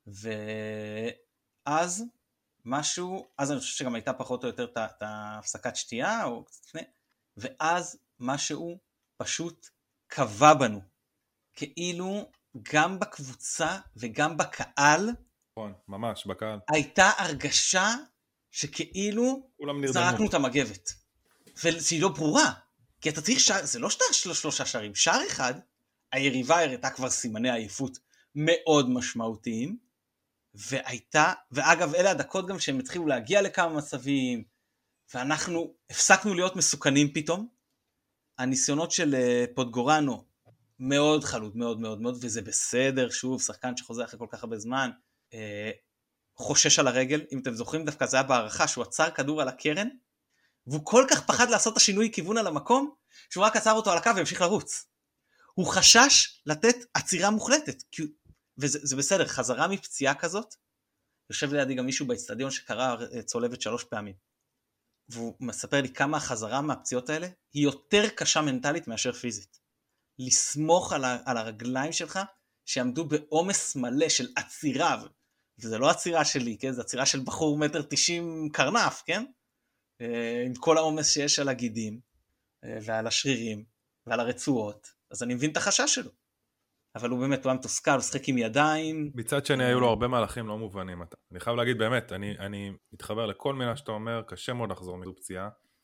ואז משהו, אז אני חושב שגם הייתה פחות או יותר את ההפסקת שתייה או קצת לפני, ואז משהו פשוט קבע בנו, כאילו גם בקבוצה וגם בקהל, ממש בקהל, הייתה הרגשה שכאילו זרקנו את המגבת, והיא לא ברורה, כי אתה צריך שער, זה לא שלושה שערים, שער אחד, היריבה הראתה כבר סימני עייפות מאוד משמעותיים, והייתה, ואגב אלה הדקות גם שהם התחילו להגיע לכמה מצבים, ואנחנו הפסקנו להיות מסוכנים פתאום, הניסיונות של פוטגורנו מאוד חלוד, מאוד מאוד מאוד, וזה בסדר, שוב, שחקן שחוזר אחרי כל כך הרבה זמן, חושש על הרגל, אם אתם זוכרים דווקא זה היה בערכה, שהוא עצר כדור על הקרן, והוא כל כך פחד לעשות את השינוי כיוון על המקום, שהוא רק עצר אותו על הקו והמשיך לרוץ. הוא חשש לתת עצירה מוחלטת, וזה בסדר, חזרה מפציעה כזאת, יושב לידי גם מישהו באצטדיון שקרא צולבת שלוש פעמים, והוא מספר לי כמה החזרה מהפציעות האלה, היא יותר קשה מנטלית מאשר פיזית. לסמוך על, ה, על הרגליים שלך, שעמדו בעומס מלא של עצירה, וזה לא עצירה שלי, כן? זה עצירה של בחור מטר תשעים קרנף, כן? עם כל העומס שיש על הגידים, ועל השרירים, ועל הרצועות, אז אני מבין את החשש שלו. אבל הוא באמת, הוא היה מתוסכל, הוא שחק עם ידיים. מצד שני, היו לו הרבה מהלכים לא מובנים. אני חייב להגיד באמת, אני, אני מתחבר לכל מילה שאתה אומר, קשה מאוד לחזור מזו פציעה.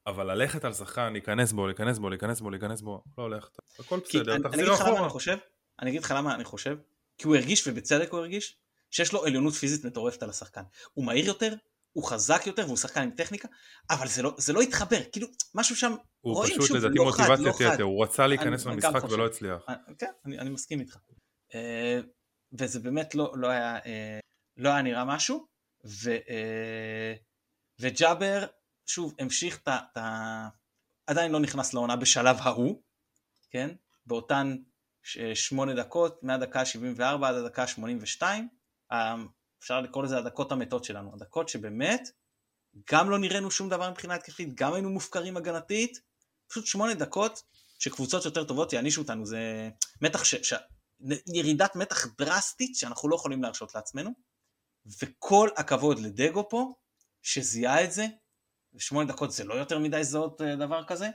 אבל ללכת על שחקן, להיכנס בו, להיכנס בו, להיכנס בו, להיכנס בו, לא הולך, הכל בסדר, תחזיר אחורה. אני אגיד לך למה אני חושב, כי הוא הרגיש, ובצדק הוא הרגיש, שיש לו עליונות פיזית מטורפת על השחקן. הוא מהיר יותר, הוא חזק יותר, והוא שחקן עם טכניקה, אבל זה לא, זה לא התחבר, כאילו, משהו שם, הוא פשוט לדעתי מוטיבציה תתר, הוא רצה להיכנס למשחק ולא הצליח. כן, אני מסכים איתך. וזה באמת לא היה, לא היה נראה משהו, וג'אבר, שוב, המשיך את ה... עדיין לא נכנס לעונה בשלב ההוא, כן? באותן שמונה דקות, מהדקה שבעים וארבע עד הדקה שמונים ושתיים, אפשר לקרוא לזה הדקות המתות שלנו, הדקות שבאמת, גם לא נראינו שום דבר מבחינה התקפית, גם היינו מופקרים הגנתית, פשוט שמונה דקות שקבוצות יותר טובות יענישו אותנו, זה מתח ש... ש... ירידת מתח דרסטית שאנחנו לא יכולים להרשות לעצמנו, וכל הכבוד לדגו פה, שזיהה את זה, ושמונה דקות זה לא יותר מדי זהות דבר כזה,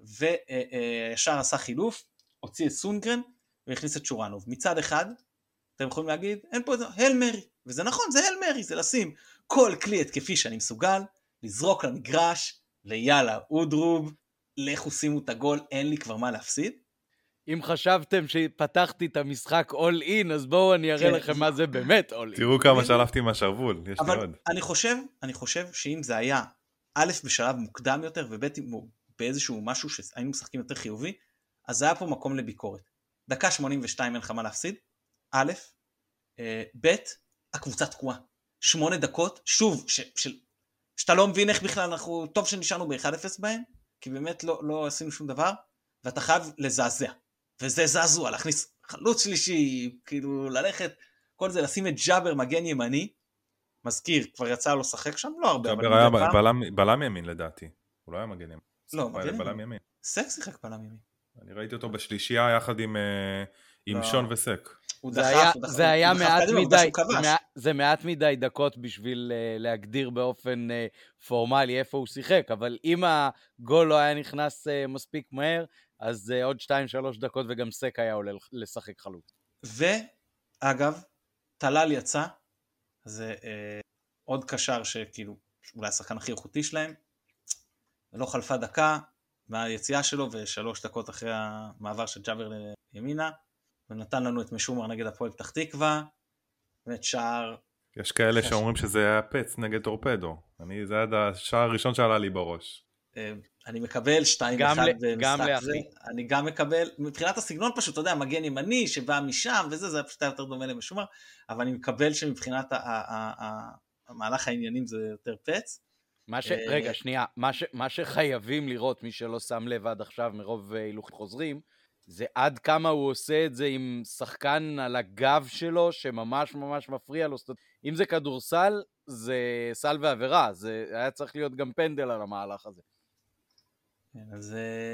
וישר עשה חילוף, הוציא את סונגרן, והכניס את שורנוב. מצד אחד, אתם יכולים להגיד, אין פה איזה, הל מרי, וזה נכון, זה הל מרי, זה לשים כל כלי התקפי שאני מסוגל, לזרוק למגרש, ויאללה, אודרוב, לכו שימו את הגול, אין לי כבר מה להפסיד. אם חשבתם שפתחתי את המשחק all in, אז בואו אני אראה לכם מה זה באמת all in. תראו כמה שלפתי מהשרוול, יש לי עוד. אני חושב, אני חושב שאם זה היה א' בשלב מוקדם יותר, וב' באיזשהו משהו שהיינו משחקים יותר חיובי, אז זה היה פה מקום לביקורת. דקה שמונים ושתיים אין לך מה להפסיד, א', ב', הקבוצה תקועה. שמונה דקות, שוב, שאתה לא מבין איך בכלל, אנחנו, טוב שנשארנו ב-אחד אפס בהם, כי באמת לא, לא עשינו שום דבר, ואתה חייב לזעזע. וזה זעזוע, להכניס חלוץ שלישי, כאילו ללכת, כל זה, לשים את ג'אבר מגן ימני, מזכיר, כבר יצא לו לשחק שם, לא הרבה. ג'אבר היה בלם, בלם ימין לדעתי, הוא לא היה מגן ימין. לא, מגן בלם ימין. סק שיחק בלם ימין. אני ראיתי אותו בשלישייה יחד עם, עם לא. שון וסק. זה היה, זה היה מעט מדי, זה מעט מדי דקות בשביל להגדיר באופן פורמלי איפה הוא שיחק, אבל אם הגול לא היה נכנס מספיק מהר, אז עוד שתיים שלוש דקות וגם סק היה עולה לשחק חלוץ. ואגב, טלל יצא, זה אה, עוד קשר שכאילו, אולי השחקן הכי איכותי שלהם, ולא חלפה דקה מהיציאה שלו, ושלוש דקות אחרי המעבר של ג'אבר לימינה, ונתן לנו את משומר נגד הפועל פתח תקווה, ואת שער... יש כאלה שאומרים שזה היה פץ נגד טורפדו, אני, זה היה השער הראשון שעלה לי בראש. אני מקבל שתיים אחד במשחק זה, אני גם מקבל, מבחינת הסגנון פשוט, אתה יודע, מגן ימני שבא משם וזה, זה פשוט היה יותר דומה למשומר, אבל אני מקבל שמבחינת המהלך העניינים זה יותר פץ. רגע, שנייה, מה שחייבים לראות, מי שלא שם לב עד עכשיו מרוב הילוך חוזרים, זה עד כמה הוא עושה את זה עם שחקן על הגב שלו, שממש ממש מפריע לו. אם זה כדורסל, זה סל ועבירה, זה היה צריך להיות גם פנדל על המהלך הזה. אז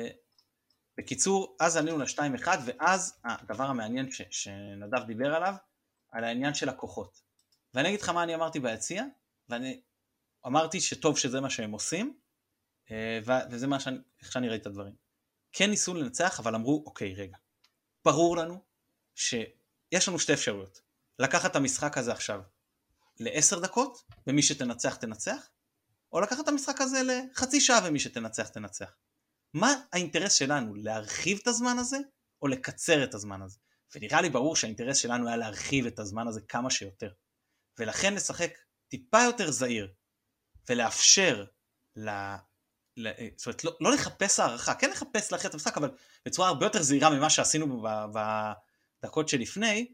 בקיצור, אז עלינו ל-שתיים אחד, ואז הדבר המעניין ש- שנדב דיבר עליו, על העניין של הכוחות. ואני אגיד לך מה אני אמרתי ביציע, ואני אמרתי שטוב שזה מה שהם עושים, וזה מה שאני, איך שאני ראיתי את הדברים. כן ניסו לנצח, אבל אמרו, אוקיי, רגע, ברור לנו שיש לנו שתי אפשרויות. לקחת את המשחק הזה עכשיו לעשר דקות, ומי שתנצח תנצח, או לקחת את המשחק הזה לחצי שעה, ומי שתנצח תנצח. מה האינטרס שלנו? להרחיב את הזמן הזה, או לקצר את הזמן הזה? ונראה לי ברור שהאינטרס שלנו היה להרחיב את הזמן הזה כמה שיותר. ולכן לשחק טיפה יותר זהיר, ולאפשר ל... זאת אומרת, לא, לא לחפש הערכה, כן לחפש לאחר את המשחק, אבל בצורה הרבה יותר זהירה ממה שעשינו בדקות שלפני,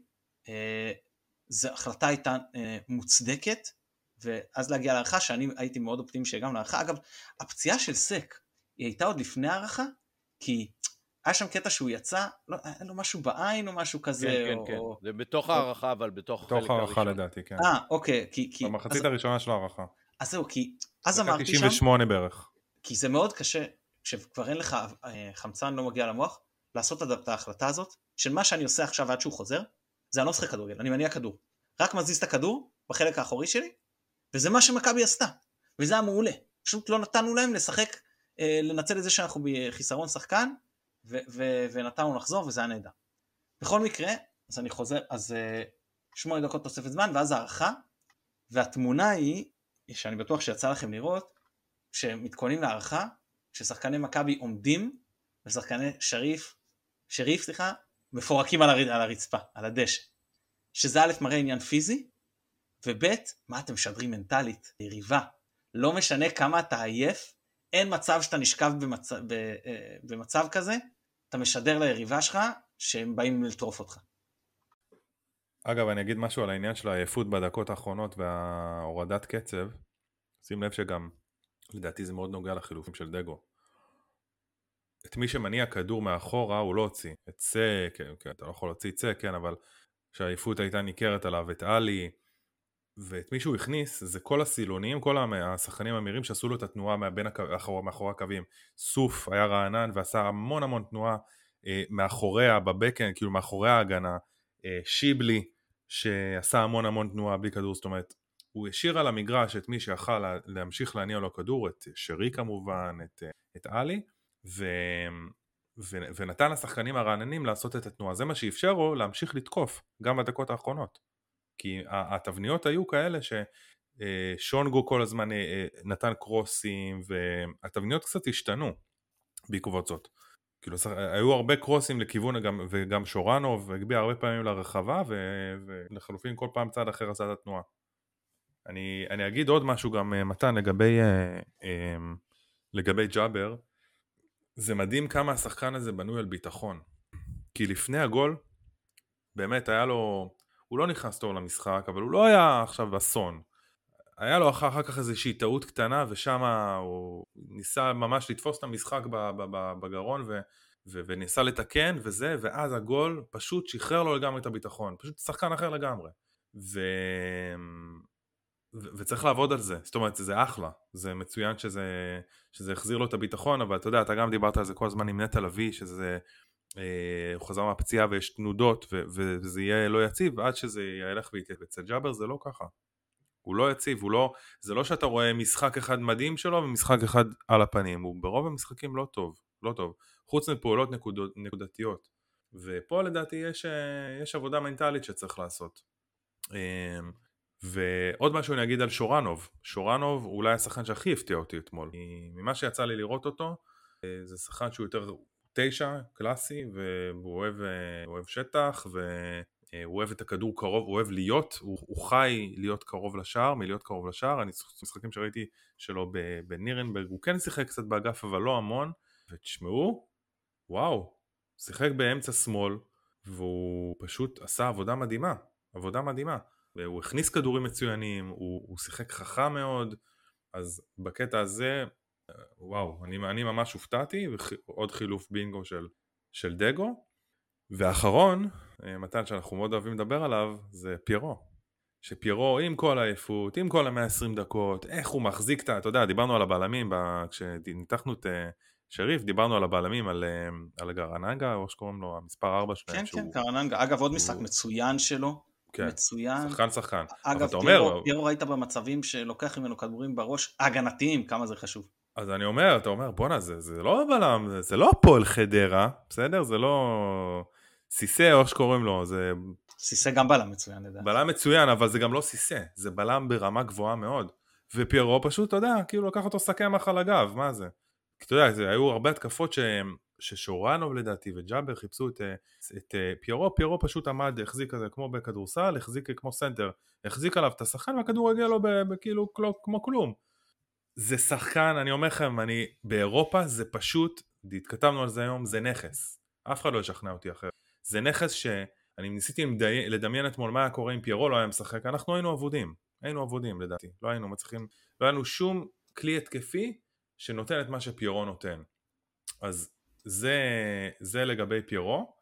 זו החלטה הייתה מוצדקת, ואז להגיע להערכה, שאני הייתי מאוד אופטימי שהגענו להערכה. אגב, הפציעה של סק, היא הייתה עוד לפני הערכה, כי היה שם קטע שהוא יצא, לא, היה לו משהו בעין או משהו כזה. כן, או, כן, או... כן, זה בתוך הערכה, אבל בתוך החלק הראשון. בתוך הערכה לדעתי, כן. אה, אוקיי. כי, כי... במחצית אז... הראשונה של הערכה. אז זהו, כי אז אמרתי שם... תשעים ושמונה בערך. כי זה מאוד קשה, כשכבר אין לך חמצן לא מגיע למוח, לעשות את ההחלטה הזאת, של מה שאני עושה עכשיו עד שהוא חוזר, זה אני לא משחק כדורגל, אני מניע כדור. רק מזיז את הכדור בחלק האחורי שלי, וזה מה שמכבי עשתה, וזה היה מעולה. פשוט לא נתנו להם לשחק, לנצל את זה שאנחנו בחיסרון שחקן, ו- ו- ונתנו לחזור, וזה היה נהדר. בכל מקרה, אז אני חוזר, אז שמונה דקות תוספת זמן, ואז הערכה, והתמונה היא, שאני בטוח שיצא לכם לראות, כשמתכוננים להערכה, ששחקני מכבי עומדים, ושחקני שריף, שריף, סליחה, מפורקים על, הר... על הרצפה, על הדשא. שזה א' מראה עניין פיזי, וב' מה אתם משדרים מנטלית, יריבה. לא משנה כמה אתה עייף, אין מצב שאתה נשכב במצב, במצב כזה, אתה משדר ליריבה שלך, שהם באים לטרוף אותך. אגב, אני אגיד משהו על העניין של העייפות בדקות האחרונות וההורדת קצב. שים לב שגם, לדעתי זה מאוד נוגע לחילופים של דגו. את מי שמניע כדור מאחורה הוא לא הוציא. את צה, כן, כן, אתה לא יכול להוציא צה, כן, אבל שהעייפות הייתה ניכרת עליו, את אלי, ואת מי שהוא הכניס, זה כל הסילונים, כל השחקנים המהירים שעשו לו את התנועה מאחורי, מאחורי הקווים. סוף היה רענן ועשה המון המון תנועה אה, מאחוריה, בבקן, כאילו מאחורי ההגנה. אה, שיבלי, שעשה המון המון תנועה בלי כדור, זאת אומרת, הוא השאיר על המגרש את מי שיכל להמשיך להניע לו כדור, את שרי כמובן, את, את אלי, ו, ו, ונתן לשחקנים הרעננים לעשות את התנועה. זה מה שאפשר לו להמשיך לתקוף, גם בדקות האחרונות. כי התבניות היו כאלה ששונגו כל הזמן נתן קרוסים, והתבניות קצת השתנו בעקבות זאת. כאילו, היו הרבה קרוסים לכיוון, וגם שורנוב הגביע הרבה פעמים לרחבה, ולחלופין כל פעם צד אחר עשה את התנועה. אני, אני אגיד עוד משהו גם, מתן, לגבי, לגבי ג'אבר. זה מדהים כמה השחקן הזה בנוי על ביטחון. כי לפני הגול, באמת היה לו, הוא לא נכנס טוב למשחק, אבל הוא לא היה עכשיו בסון. היה לו אחר, אחר כך איזושהי טעות קטנה, ושם הוא ניסה ממש לתפוס את המשחק בגרון, ו, ו, וניסה לתקן, וזה, ואז הגול פשוט שחרר לו לגמרי את הביטחון. פשוט שחקן אחר לגמרי. ו... ו- וצריך לעבוד על זה, זאת אומרת, זה אחלה, זה מצוין שזה, שזה החזיר לו את הביטחון, אבל אתה יודע, אתה גם דיברת על זה כל הזמן עם נטע לביא, שזה, אה, הוא חזר מהפציעה ויש תנודות, ו- וזה יהיה לא יציב, עד שזה ילך ויתייף. אצל ג'אבר זה לא ככה, הוא לא יציב, הוא לא, זה לא שאתה רואה משחק אחד מדהים שלו, ומשחק אחד על הפנים, הוא ברוב המשחקים לא טוב, לא טוב, חוץ מפעולות נקודות, נקודתיות, ופה לדעתי יש, יש עבודה מנטלית שצריך לעשות. ועוד משהו אני אגיד על שורנוב. שורנוב הוא אולי השחקן שהכי הפתיע אותי אתמול. ממה שיצא לי לראות אותו, זה שחקן שהוא יותר תשע, קלאסי, והוא אוהב, אוהב שטח, והוא אוהב את הכדור קרוב, הוא אוהב להיות, הוא, הוא חי להיות קרוב לשער, מלהיות קרוב לשער. אני משחקים שראיתי שלו בנירנברג, הוא כן שיחק קצת באגף, אבל לא המון, ותשמעו, וואו, שיחק באמצע שמאל, והוא פשוט עשה עבודה מדהימה, עבודה מדהימה. והוא הכניס כדורים מצוינים, הוא, הוא שיחק חכם מאוד, אז בקטע הזה, וואו, אני, אני ממש הופתעתי, ועוד חילוף בינגו של, של דגו, ואחרון, מתן שאנחנו מאוד אוהבים לדבר עליו, זה פיירו, שפיירו עם כל העייפות, עם כל ה-מאה ועשרים דקות, איך הוא מחזיק את, אתה יודע, דיברנו על הבעלמים, כשניתחנו את שריף, דיברנו על הבעלמים, על, על גרננגה, או שקוראים לו, המספר ארבע שלהם. כן, כן, גרננגה, אגב, עוד הוא... משחק מצוין שלו, כן, מצוין. שחקן שחקן. אגב, פיירו, אומר... פיירו ראית במצבים שלוקח ממנו כדורים בראש, הגנתיים, כמה זה חשוב. אז אני אומר, אתה אומר, בונה, זה, זה לא בלם, זה, זה לא פועל חדרה, בסדר? זה לא סיסה או שקוראים לו, זה... סיסה גם בלם מצוין, לדעת. בלם מצוין, אבל זה גם לא סיסה, זה בלם ברמה גבוהה מאוד. ופיירו פשוט, אתה יודע, כאילו לקח אותו סכמח על הגב, מה זה? כי אתה יודע, זה, היו הרבה התקפות שהם... ששורנוב לדעתי וג'אבר חיפשו את, את פיירו, פיירו פשוט עמד, החזיק כזה כמו בכדורסל, החזיק כמו סנטר, החזיק עליו את השחקן והכדור הגיע לו כאילו כמו כלום. זה שחקן, אני אומר לכם, אני, באירופה זה פשוט, התכתבנו על זה היום, זה נכס. אף אחד לא ישכנע אותי אחר. זה נכס שאני ניסיתי לדמיין אתמול מה היה קורה אם פיירו לא היה משחק, אנחנו היינו עבודים, היינו עבודים לדעתי, לא היינו מצליחים, לא היינו שום כלי התקפי שנותן את מה שפיירו נותן. אז זה, זה לגבי פיירו,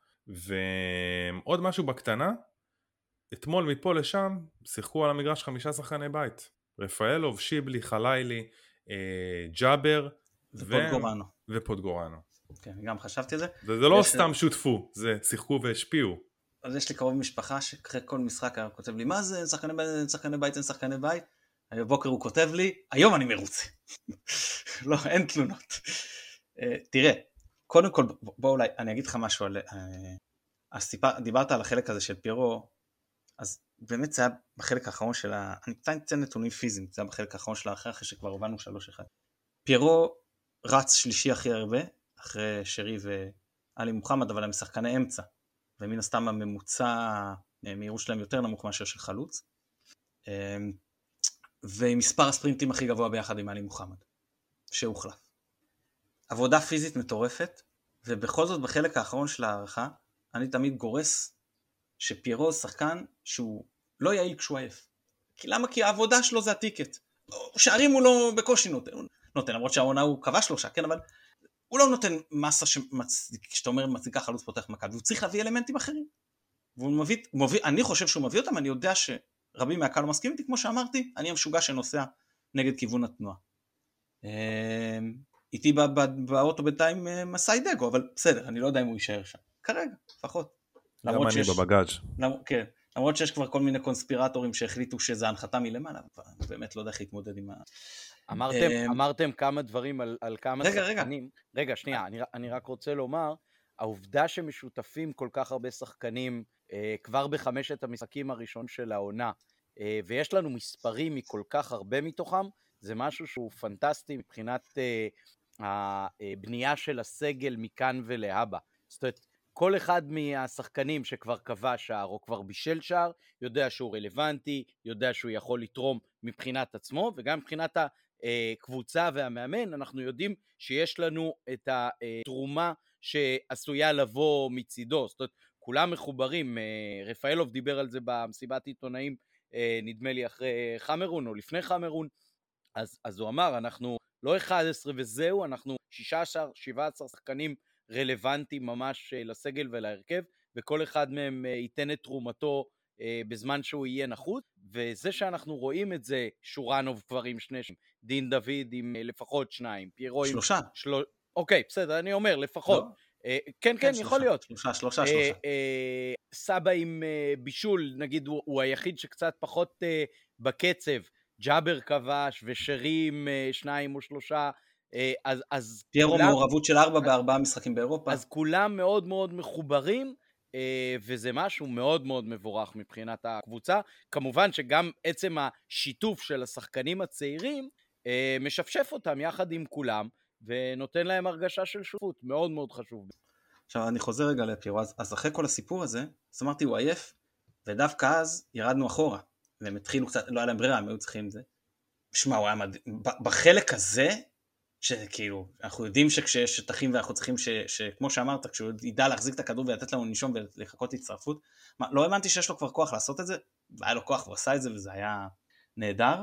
ועוד משהו בקטנה, אתמול מפה לשם, שיחקו על המגרש חמישה שחקני בית, רפאלוב, שיבלי, חלילי, אה, ג'אבר, ופוטגורנו. ו... ופוטגורנו. כן, גם חשבתי על זה. וזה לא סתם שותפו, זה שיחקו והשפיעו. אז יש לי קרוב משפחה שאחרי כל משחק הוא כותב לי, מה זה, שחקני בית, אין שחקני בית, אין שחקני בית, בבוקר הוא כותב לי, היום אני מרוצה. לא, אין תלונות. תראה, קודם כל, בוא אולי, אני אגיד לך משהו על, הסיפה, דיברת על החלק הזה של פיירו, אז באמת זה היה בחלק האחרון של ה... אני קצת נצא נתונים פיזיים, זה היה בחלק האחרון של האחר, אחרי שכבר הובנו שלוש אחד. פיירו רץ שלישי הכי הרבה, אחרי שרי ואלי מוחמד, אבל הם שחקני אמצע, ומן הסתם הממוצע מהירות שלהם יותר נמוך מאשר של חלוץ, ועם מספר הספרינטים הכי גבוה ביחד עם אלי מוחמד, שהוחלף. עבודה פיזית מטורפת, ובכל זאת בחלק האחרון של הערכה, אני תמיד גורס שפיירו שחקן שהוא לא יעיל כשהוא עייף. כי למה? כי העבודה שלו זה הטיקט. שערים הוא לא בקושי נותן, נותן, למרות שהעונה הוא קבע שלושה, כן, אבל הוא לא נותן מסה שאתה אומר מצדיקה חלוץ פותח מכבי, והוא צריך להביא אלמנטים אחרים. והוא מביא, מביא, אני חושב שהוא מביא אותם, אני יודע שרבים מהקהל לא מסכימים איתי, כמו שאמרתי, אני המשוגע שנוסע נגד כיוון התנועה. איתי באוטו בינתיים מסאי דגו, אבל בסדר, אני לא יודע אם הוא יישאר שם. כרגע, לפחות. גם אני בבגאז'. כן, למרות שיש כבר כל מיני קונספירטורים שהחליטו שזה הנחתה מלמעלה, אבל באמת לא יודע איך להתמודד עם ה... אמרתם, אמרתם כמה דברים על, על כמה רגע, שחקנים. רגע, רגע, שנייה, אני, אני רק רוצה לומר, העובדה שמשותפים כל כך הרבה שחקנים, אה, כבר בחמשת המשחקים הראשון של העונה, אה, ויש לנו מספרים מכל כך הרבה מתוכם, זה משהו שהוא פנטסטי מבחינת אה, הבנייה של הסגל מכאן ולהבא. זאת אומרת, כל אחד מהשחקנים שכבר קבע שער או כבר בישל שער, יודע שהוא רלוונטי, יודע שהוא יכול לתרום מבחינת עצמו, וגם מבחינת הקבוצה והמאמן, אנחנו יודעים שיש לנו את התרומה שעשויה לבוא מצידו. זאת אומרת, כולם מחוברים, רפאלוב דיבר על זה במסיבת עיתונאים, נדמה לי אחרי חמרון או לפני חמרון, אז, אז הוא אמר, אנחנו לא אחד עשר וזהו, אנחנו שישה עשר, שבעה עשר שחקנים רלוונטיים ממש לסגל ולהרכב, וכל אחד מהם ייתן את תרומתו בזמן שהוא יהיה נחוץ, וזה שאנחנו רואים את זה, שורנוב כבר עם שני שם, דין דוד עם לפחות שניים, פיירו עם... שלושה. של... אוקיי, בסדר, אני אומר, לפחות. לא? כן, כן, כן, יכול שלושה, להיות. שלושה, שלושה, שלושה. סבא עם בישול, נגיד, הוא, הוא היחיד שקצת פחות בקצב, ג'אבר כבש ושרי עם שניים או שלושה, אז, אז פיירו כולם, מעורבות של ארבע בארבעה משחקים באירופה. אז כולם מאוד מאוד מחוברים, וזה משהו מאוד מאוד מבורך מבחינת הקבוצה. כמובן שגם עצם השיתוף של השחקנים הצעירים, משפשף אותם יחד עם כולם, ונותן להם הרגשה של שותפות, מאוד מאוד חשוב. עכשיו אני חוזר רגע לפיירו, אז, אז אחרי כל הסיפור הזה, אז אמרתי הוא עייף, ודווקא אז ירדנו אחורה, והם התחילו קצת, לא היה להם ברירה, הם היו צריכים את זה. שמע, הוא היה מדהים, בחלק הזה, שכאילו, אנחנו יודעים שכשיש שטחים ואנחנו צריכים ש, שכמו שאמרת, כשהוא ידע להחזיק את הכדור ולתת לנו נישום ולחכות הצטרפות, מה, לא האמנתי שיש לו כבר כוח לעשות את זה, היה לו כוח והוא עשה את זה וזה היה נהדר,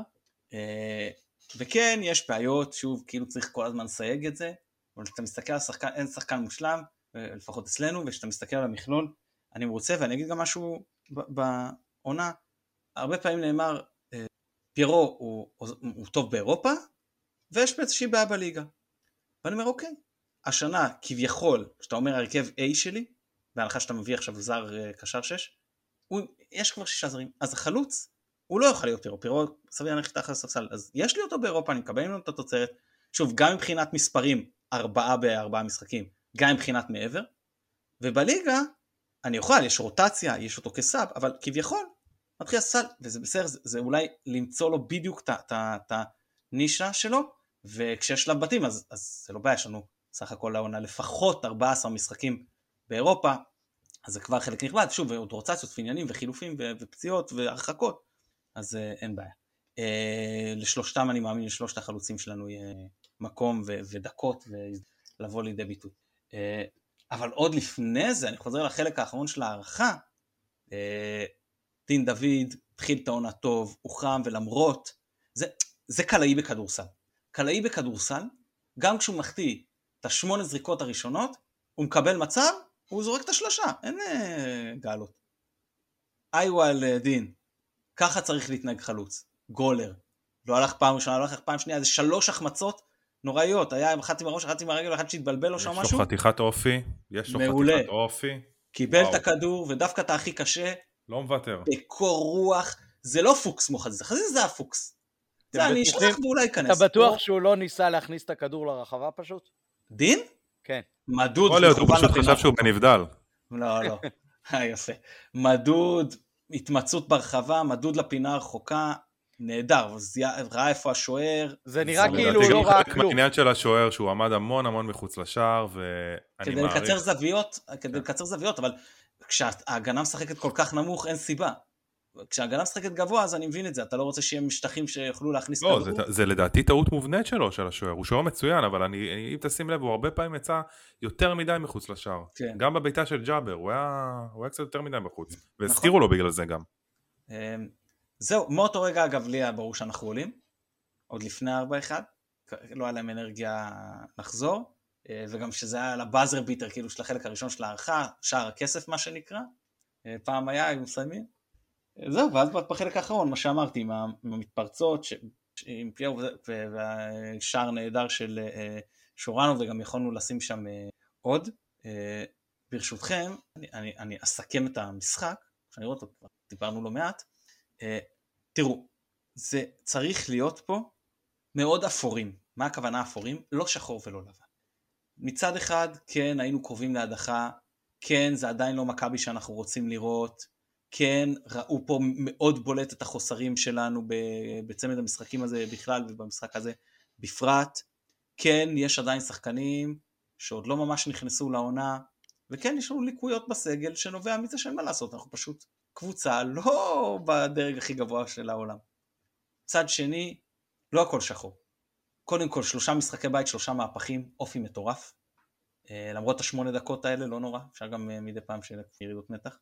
וכן, יש בעיות, שוב, כאילו צריך כל הזמן לסייג את זה, אבל כשאתה מסתכל על שחקן, אין שחקן מושלם, לפחות אצלנו, וכשאתה מסתכל על המכלול, אני מרוצה, ואני אגיד גם משהו בעונה, הרבה פעמים נאמר, פיירו הוא, הוא טוב באירופה, ויש איזושהי בעיה בליגה. ואני אומר, אוקיי, השנה כביכול, כשאתה אומר הרכב A שלי, בהנחה שאתה מביא עכשיו זר קשר שש, הוא, יש כבר שישה זרים, אז החלוץ, הוא לא יוכל להיות פיירו, פיירו סביר אני חתך לספסל, אז יש לי אותו באירופה, אני מקבל ממנו את התוצרת, שוב, גם מבחינת מספרים, ארבעה בארבעה משחקים, גם מבחינת מעבר, ובליגה, אני אוכל, יש רוטציה, יש אותו כסב, אבל כביכול, מתחיל הסל, וזה בסדר, זה, זה אולי למצוא לו בדיוק את הנישה שלו, וכשיש לה בתים, אז, אז זה לא בעיה, יש לנו סך הכל לעונה לפחות ארבעה עשר משחקים באירופה, אז זה כבר חלק נכבד, שוב, ועוד רוטציות, ועניינים, וחילופים, ופציעות, והרחקות, אז אין בעיה. לשלושתם אני מאמין, לשלושת החלוצים שלנו יהיה מקום ו- ודקות, ולבוא לידי ביטוי. אבל עוד לפני זה, אני חוזר לחלק האחרון של הערכה, דין דוד התחיל את העונה טוב, הוא חם, ולמרות, זה, זה קלעי בכדורסל. קלעי בכדורסל, גם כשהוא מחטיא את השמונה זריקות הראשונות, הוא מקבל מצב, הוא זורק את השלושה, אין אה, גאלות. איואל דין, ככה צריך להתנהג חלוץ, גולר, לא הלך פעם ראשונה, לא הלך פעם שנייה, זה שלוש החמצות נוראיות, היה אחת עם הראש, אחת עם הרגל, אחת שהתבלבל לו שם משהו. יש לו חתיכת אופי, יש לו מעולה. חתיכת אופי. קיבל וואו. את הכדור, ודווקא את הכי קשה, לא מוותר. בקור רוח, זה לא פוקס כמו חזיזה, חזיזה זה הפוקס. זה אני אשלח ואולי ייכנס. אתה בטוח שהוא לא ניסה להכניס את הכדור לרחבה פשוט? דין? כן. מדוד. יכול להיות, הוא פשוט חשב שהוא בנבדל. לא, לא. יפה. מדוד, התמצאות ברחבה, מדוד לפינה הרחוקה. נהדר, ראה איפה השוער. זה נראה כאילו לא ראה כלום. העניין של השוער שהוא עמד המון המון מחוץ לשער, ואני כדי מעריך. לקצר זוויות, כדי לקצר זוויות, אבל כשההגנה משחקת כל כך נמוך, אין סיבה. כשההגנה משחקת גבוה, אז אני מבין את זה, אתה לא רוצה שיהיה משטחים שיוכלו להכניס לא, זה, זה לדעתי טעות מובנית שלו, של השוער, הוא שוער מצוין, אבל אני, אם תשים לב, הוא הרבה פעמים יצא יותר מדי מחוץ לשער. כן. גם בביתה של ג'אבר, הוא היה, הוא היה קצת יותר מדי בחוץ, והזכירו נכון. לו בגלל זה גם. זהו, מאותו רגע אגב לי היה ברור שאנחנו עולים, עוד לפני ארבע אחד, לא היה להם אנרגיה לחזור, וגם שזה היה לבאזר ביטר, כאילו של החלק הראשון של הערכה, שער הכסף מה שנקרא, פעם היה, היו מסיימים, זהו, ואז בחלק האחרון, מה שאמרתי, עם המתפרצות, עם פליאר והשער נהדר של שורנו, וגם יכולנו לשים שם עוד. ברשותכם, אני, אני, אני אסכם את המשחק, שאני רואה אותו, דיברנו לא מעט. תראו, זה צריך להיות פה מאוד אפורים. מה הכוונה אפורים? לא שחור ולא לבן. מצד אחד, כן, היינו קרובים להדחה, כן, זה עדיין לא מכבי שאנחנו רוצים לראות, כן, ראו פה מאוד בולט את החוסרים שלנו בצמד המשחקים הזה בכלל ובמשחק הזה בפרט. כן, יש עדיין שחקנים שעוד לא ממש נכנסו לעונה, וכן, יש לנו ליקויות בסגל שנובע מזה שאין מה לעשות, אנחנו פשוט קבוצה לא בדרג הכי גבוה של העולם. צד שני, לא הכל שחור. קודם כל, שלושה משחקי בית, שלושה מהפכים, אופי מטורף. למרות השמונה דקות האלה, לא נורא, אפשר גם מדי פעם של ירידות מתח.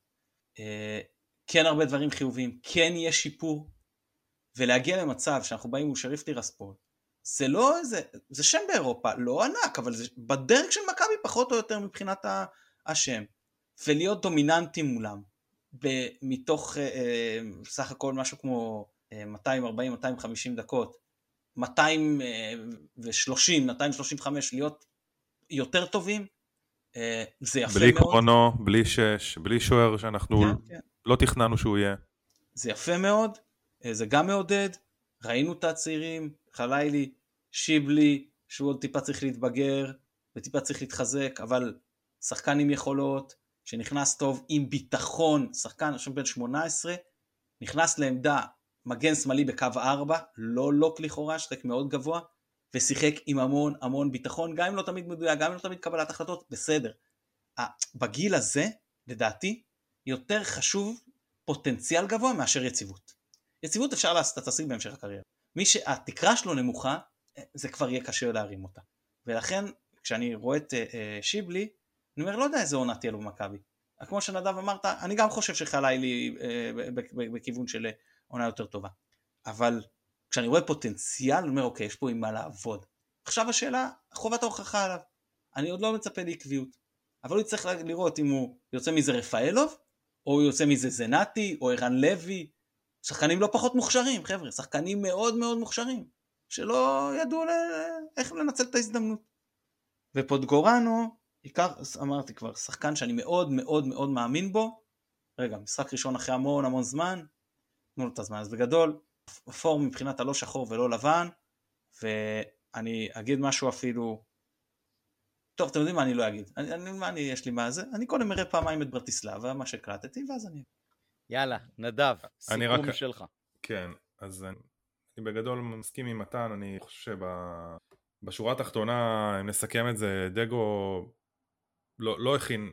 כן הרבה דברים חיוביים, כן יש שיפור, ולהגיע למצב שאנחנו באים ושריף טירספול, זה לא איזה, זה שם באירופה, לא ענק, אבל זה בדרג של מכבי פחות או יותר מבחינת השם, ולהיות דומיננטים מולם, מתוך אה, סך הכל משהו כמו אה, מאתיים ארבעים מאתיים וחמישים דקות, מאתיים ושלושים, מאתיים שלושים וחמש, להיות יותר טובים, אה, זה יפה בלי מאוד. בלי קרונו, בלי שש, בלי שוער שאנחנו כן, כן. לא תכננו שהוא יהיה. זה יפה מאוד, זה גם מעודד, ראינו את הצעירים, חלילי, שיבלי, שהוא עוד טיפה צריך להתבגר, וטיפה צריך להתחזק, אבל שחקן עם יכולות, שנכנס טוב עם ביטחון, שחקן עכשיו בן שמונה עשרה, נכנס לעמדה מגן שמאלי בקו ארבע, לא לוק לכאורה, שחק מאוד גבוה, ושיחק עם המון המון ביטחון, גם אם לא תמיד מדויק, גם אם לא תמיד קבלת החלטות, בסדר. בגיל הזה, לדעתי, יותר חשוב פוטנציאל גבוה מאשר יציבות. יציבות אפשר לעשות את השיג בהמשך הקריירה. מי שהתקרה שלו נמוכה, זה כבר יהיה קשה להרים אותה. ולכן, כשאני רואה את שיבלי, אני אומר, לא יודע איזה עונה תהיה לו במכבי. כמו שנדב אמרת, אני גם חושב שחלילי בכיוון של עונה יותר טובה. אבל כשאני רואה פוטנציאל, אני אומר, אוקיי, יש פה עם מה לעבוד. עכשיו השאלה, חובת ההוכחה עליו. אני עוד לא מצפה לעקביות. אבל הוא צריך לראות אם הוא יוצא מזה רפאלוב, או הוא יוצא מזה זנתי, או ערן לוי. שחקנים לא פחות מוכשרים, חבר'ה. שחקנים מאוד מאוד מוכשרים. שלא ידעו איך לנצל את ההזדמנות. ופודגורנו, עיקר, אמרתי כבר, שחקן שאני מאוד מאוד מאוד מאמין בו. רגע, משחק ראשון אחרי המון המון זמן. תנו לו את הזמן. אז בגדול, פורם מבחינת הלא שחור ולא לבן. ואני אגיד משהו אפילו... טוב, אתם יודעים מה אני לא אגיד. אני, אני, מה אני, יש לי מה זה? אני קודם אראה פעמיים את ברטיסלבה, מה שקלטתי, ואז אני... יאללה, נדב, סיכום רק... שלך. כן, אז אני, אני בגדול מסכים עם מתן, אני חושב שבשורה התחתונה, אם נסכם את זה, דגו לא, לא הכין,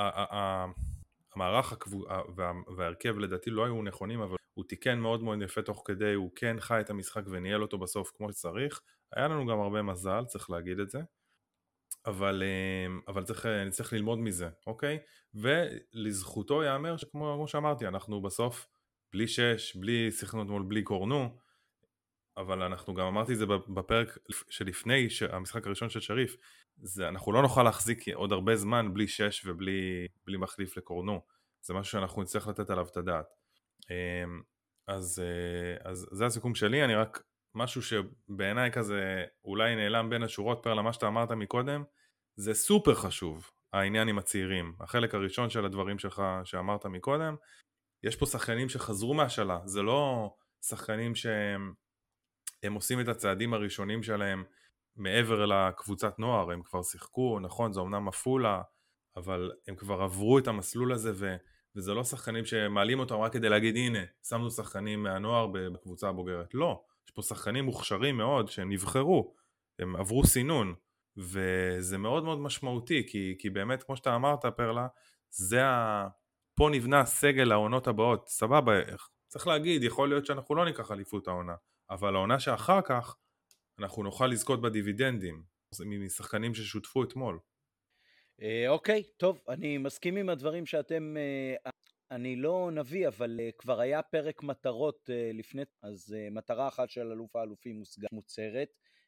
המערך וההרכב לדעתי לא היו נכונים, אבל הוא תיקן מאוד מאוד יפה תוך כדי, הוא כן חי את המשחק וניהל אותו בסוף כמו שצריך. היה לנו גם הרבה מזל, צריך להגיד את זה. אבל, אבל צריך, אני צריך ללמוד מזה, אוקיי? ולזכותו יאמר שכמו כמו שאמרתי, אנחנו בסוף בלי שש, בלי סכנות מול בלי קורנו, אבל אנחנו גם אמרתי את זה בפרק שלפני המשחק הראשון של שריף, זה, אנחנו לא נוכל להחזיק עוד הרבה זמן בלי שש ובלי בלי מחליף לקורנו, זה משהו שאנחנו נצטרך לתת עליו את הדעת. אז, אז זה הסיכום שלי, אני רק... משהו שבעיניי כזה אולי נעלם בין השורות פר למה שאתה אמרת מקודם, זה סופר חשוב, העניין עם הצעירים. החלק הראשון של הדברים שלך שאמרת מקודם, יש פה שחקנים שחזרו מהשאלה, זה לא שחקנים שהם הם עושים את הצעדים הראשונים שלהם מעבר לקבוצת נוער, הם כבר שיחקו, נכון, זה אומנם מפולה, אבל הם כבר עברו את המסלול הזה ו, וזה לא שחקנים שמעלים אותם רק כדי להגיד, הנה, שמנו שחקנים מהנוער בקבוצה הבוגרת. לא, יש פה שחקנים מוכשרים מאוד שנבחרו, הם עברו סינון, וזה מאוד מאוד משמעותי, כי, כי באמת, כמו שאתה אמרת, פרלה, זה ה... פה נבנה סגל לעונות הבאות, סבבה, צריך להגיד, יכול להיות שאנחנו לא ניקח אליפות העונה, אבל העונה שאחר כך, אנחנו נוכל לזכות בדיבידנדים, משחקנים ששותפו אתמול. אוקיי, טוב, אני מסכים עם הדברים שאתם, אני לא נביא, אבל כבר היה פרק מטרות לפני, אז מטרה אחת של אלוף האלופים מוצהרת,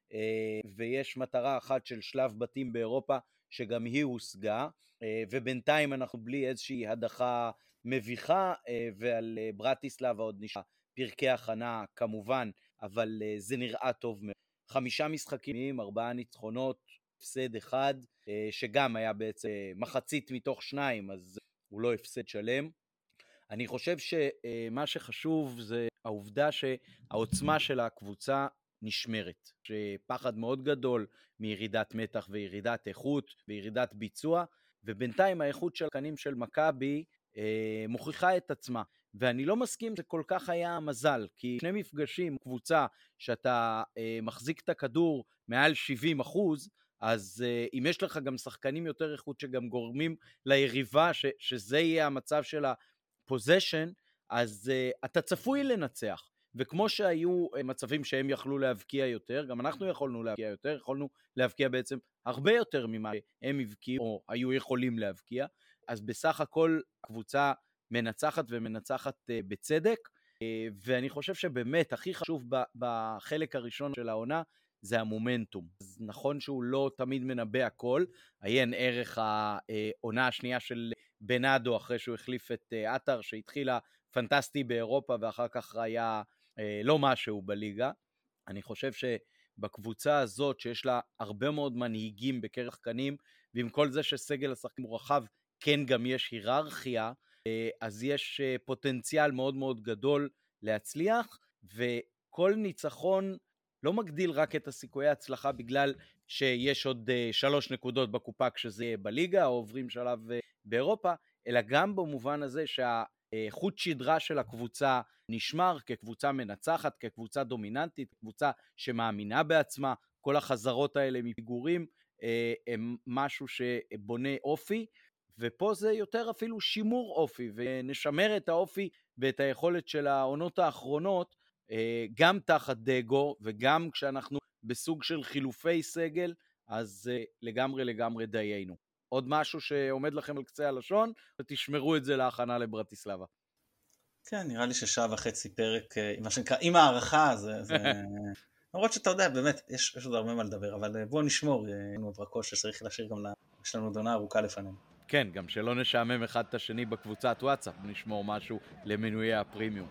ויש מטרה אחת של שלב בתים באירופה, שגם היא הושגה, ובינתיים אנחנו בלי איזושהי הדחה מביכה, ועל ברטיסלבה עוד נשאר פרקי הכנה כמובן, אבל זה נראה טוב מאוד. חמישה משחקים, ארבעה ניצחונות, הפסד אחד, שגם היה בעצם מחצית מתוך שניים, אז הוא לא הפסד שלם. אני חושב שמה שחשוב זה העובדה שהעוצמה של הקבוצה נשמרת, שפחד מאוד גדול מירידת מתח וירידת איכות וירידת ביצוע, ובינתיים האיכות של הקנים של מכבי אה, מוכיחה את עצמה, ואני לא מסכים, זה כל כך היה מזל, כי שני מפגשים, קבוצה שאתה אה, מחזיק את הכדור מעל שבעים אחוז, אז uh, אם יש לך גם שחקנים יותר איכות שגם גורמים ליריבה, ש, שזה יהיה המצב של הפוזיישן, אז uh, אתה צפוי לנצח. וכמו שהיו uh, מצבים שהם יכלו להבקיע יותר, גם אנחנו יכולנו להבקיע יותר, יכולנו להבקיע בעצם הרבה יותר ממה שהם הבקיעו, או היו יכולים להבקיע, אז בסך הכל קבוצה מנצחת ומנצחת uh, בצדק, uh, ואני חושב שבאמת הכי חשוב ב- בחלק הראשון של העונה, זה המומנטום. אז נכון שהוא לא תמיד מנבא הכל, עיין ערך העונה השנייה של בנאדו, אחרי שהוא החליף את אתר, שהתחילה פנטסטי באירופה, ואחר כך היה לא משהו בליגה. אני חושב שבקבוצה הזאת, שיש לה הרבה מאוד מנהיגים בקרב שחקנים, ועם כל זה שסגל השחקנים הוא רחב, כן גם יש היררכיה, אז יש פוטנציאל מאוד מאוד גדול להצליח, וכל ניצחון לא מגדיל רק את הסיכויי ההצלחה בגלל שיש עוד uh, שלוש נקודות בקופה כשזה יהיה בליגה, או עוברים שלב uh, באירופה, אלא גם במובן הזה שהחוט שדרה של הקבוצה נשמר כקבוצה מנצחת, כקבוצה דומיננטית, קבוצה שמאמינה בעצמה, כל החזרות האלה מפיגורים uh, הם משהו שבונה אופי, ופה זה יותר אפילו שימור אופי, ונשמר את האופי ואת היכולת של העונות האחרונות, גם תחת דגו, וגם כשאנחנו בסוג של חילופי סגל, אז לגמרי לגמרי דיינו. עוד משהו שעומד לכם על קצה הלשון, ותשמרו את זה להכנה לברטיסלבה. כן, נראה לי ששעה וחצי פרק, מה שנקרא, עם הערכה, זה... זה... למרות שאתה יודע, באמת, יש, יש עוד הרבה מה לדבר, אבל בואו נשמור, היינו עברקו שצריך להשאיר גם לה... יש לנו דונה ארוכה לפנינו. כן, גם שלא נשעמם אחד את השני בקבוצת וואטסאפ, נשמור משהו למנויי הפרימיום.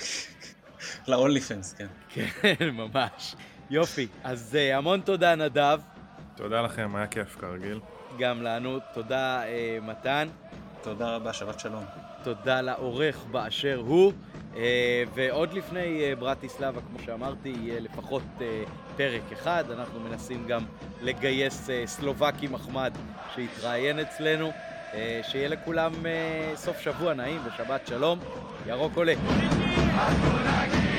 ל-Only Fans, כן. כן, ממש. יופי. אז uh, המון תודה נדב. תודה לכם, היה כיף כרגיל. גם לנו. תודה uh, מתן. תודה רבה, שבת שלום. תודה לעורך באשר הוא. Uh, ועוד לפני uh, ברטיסלבה, כמו שאמרתי, יהיה לפחות uh, פרק אחד. אנחנו מנסים גם לגייס uh, סלובקי מחמד שהתראיין אצלנו. Uh, שיהיה לכולם uh, סוף שבוע נעים ושבת שלום. ירוק עולה.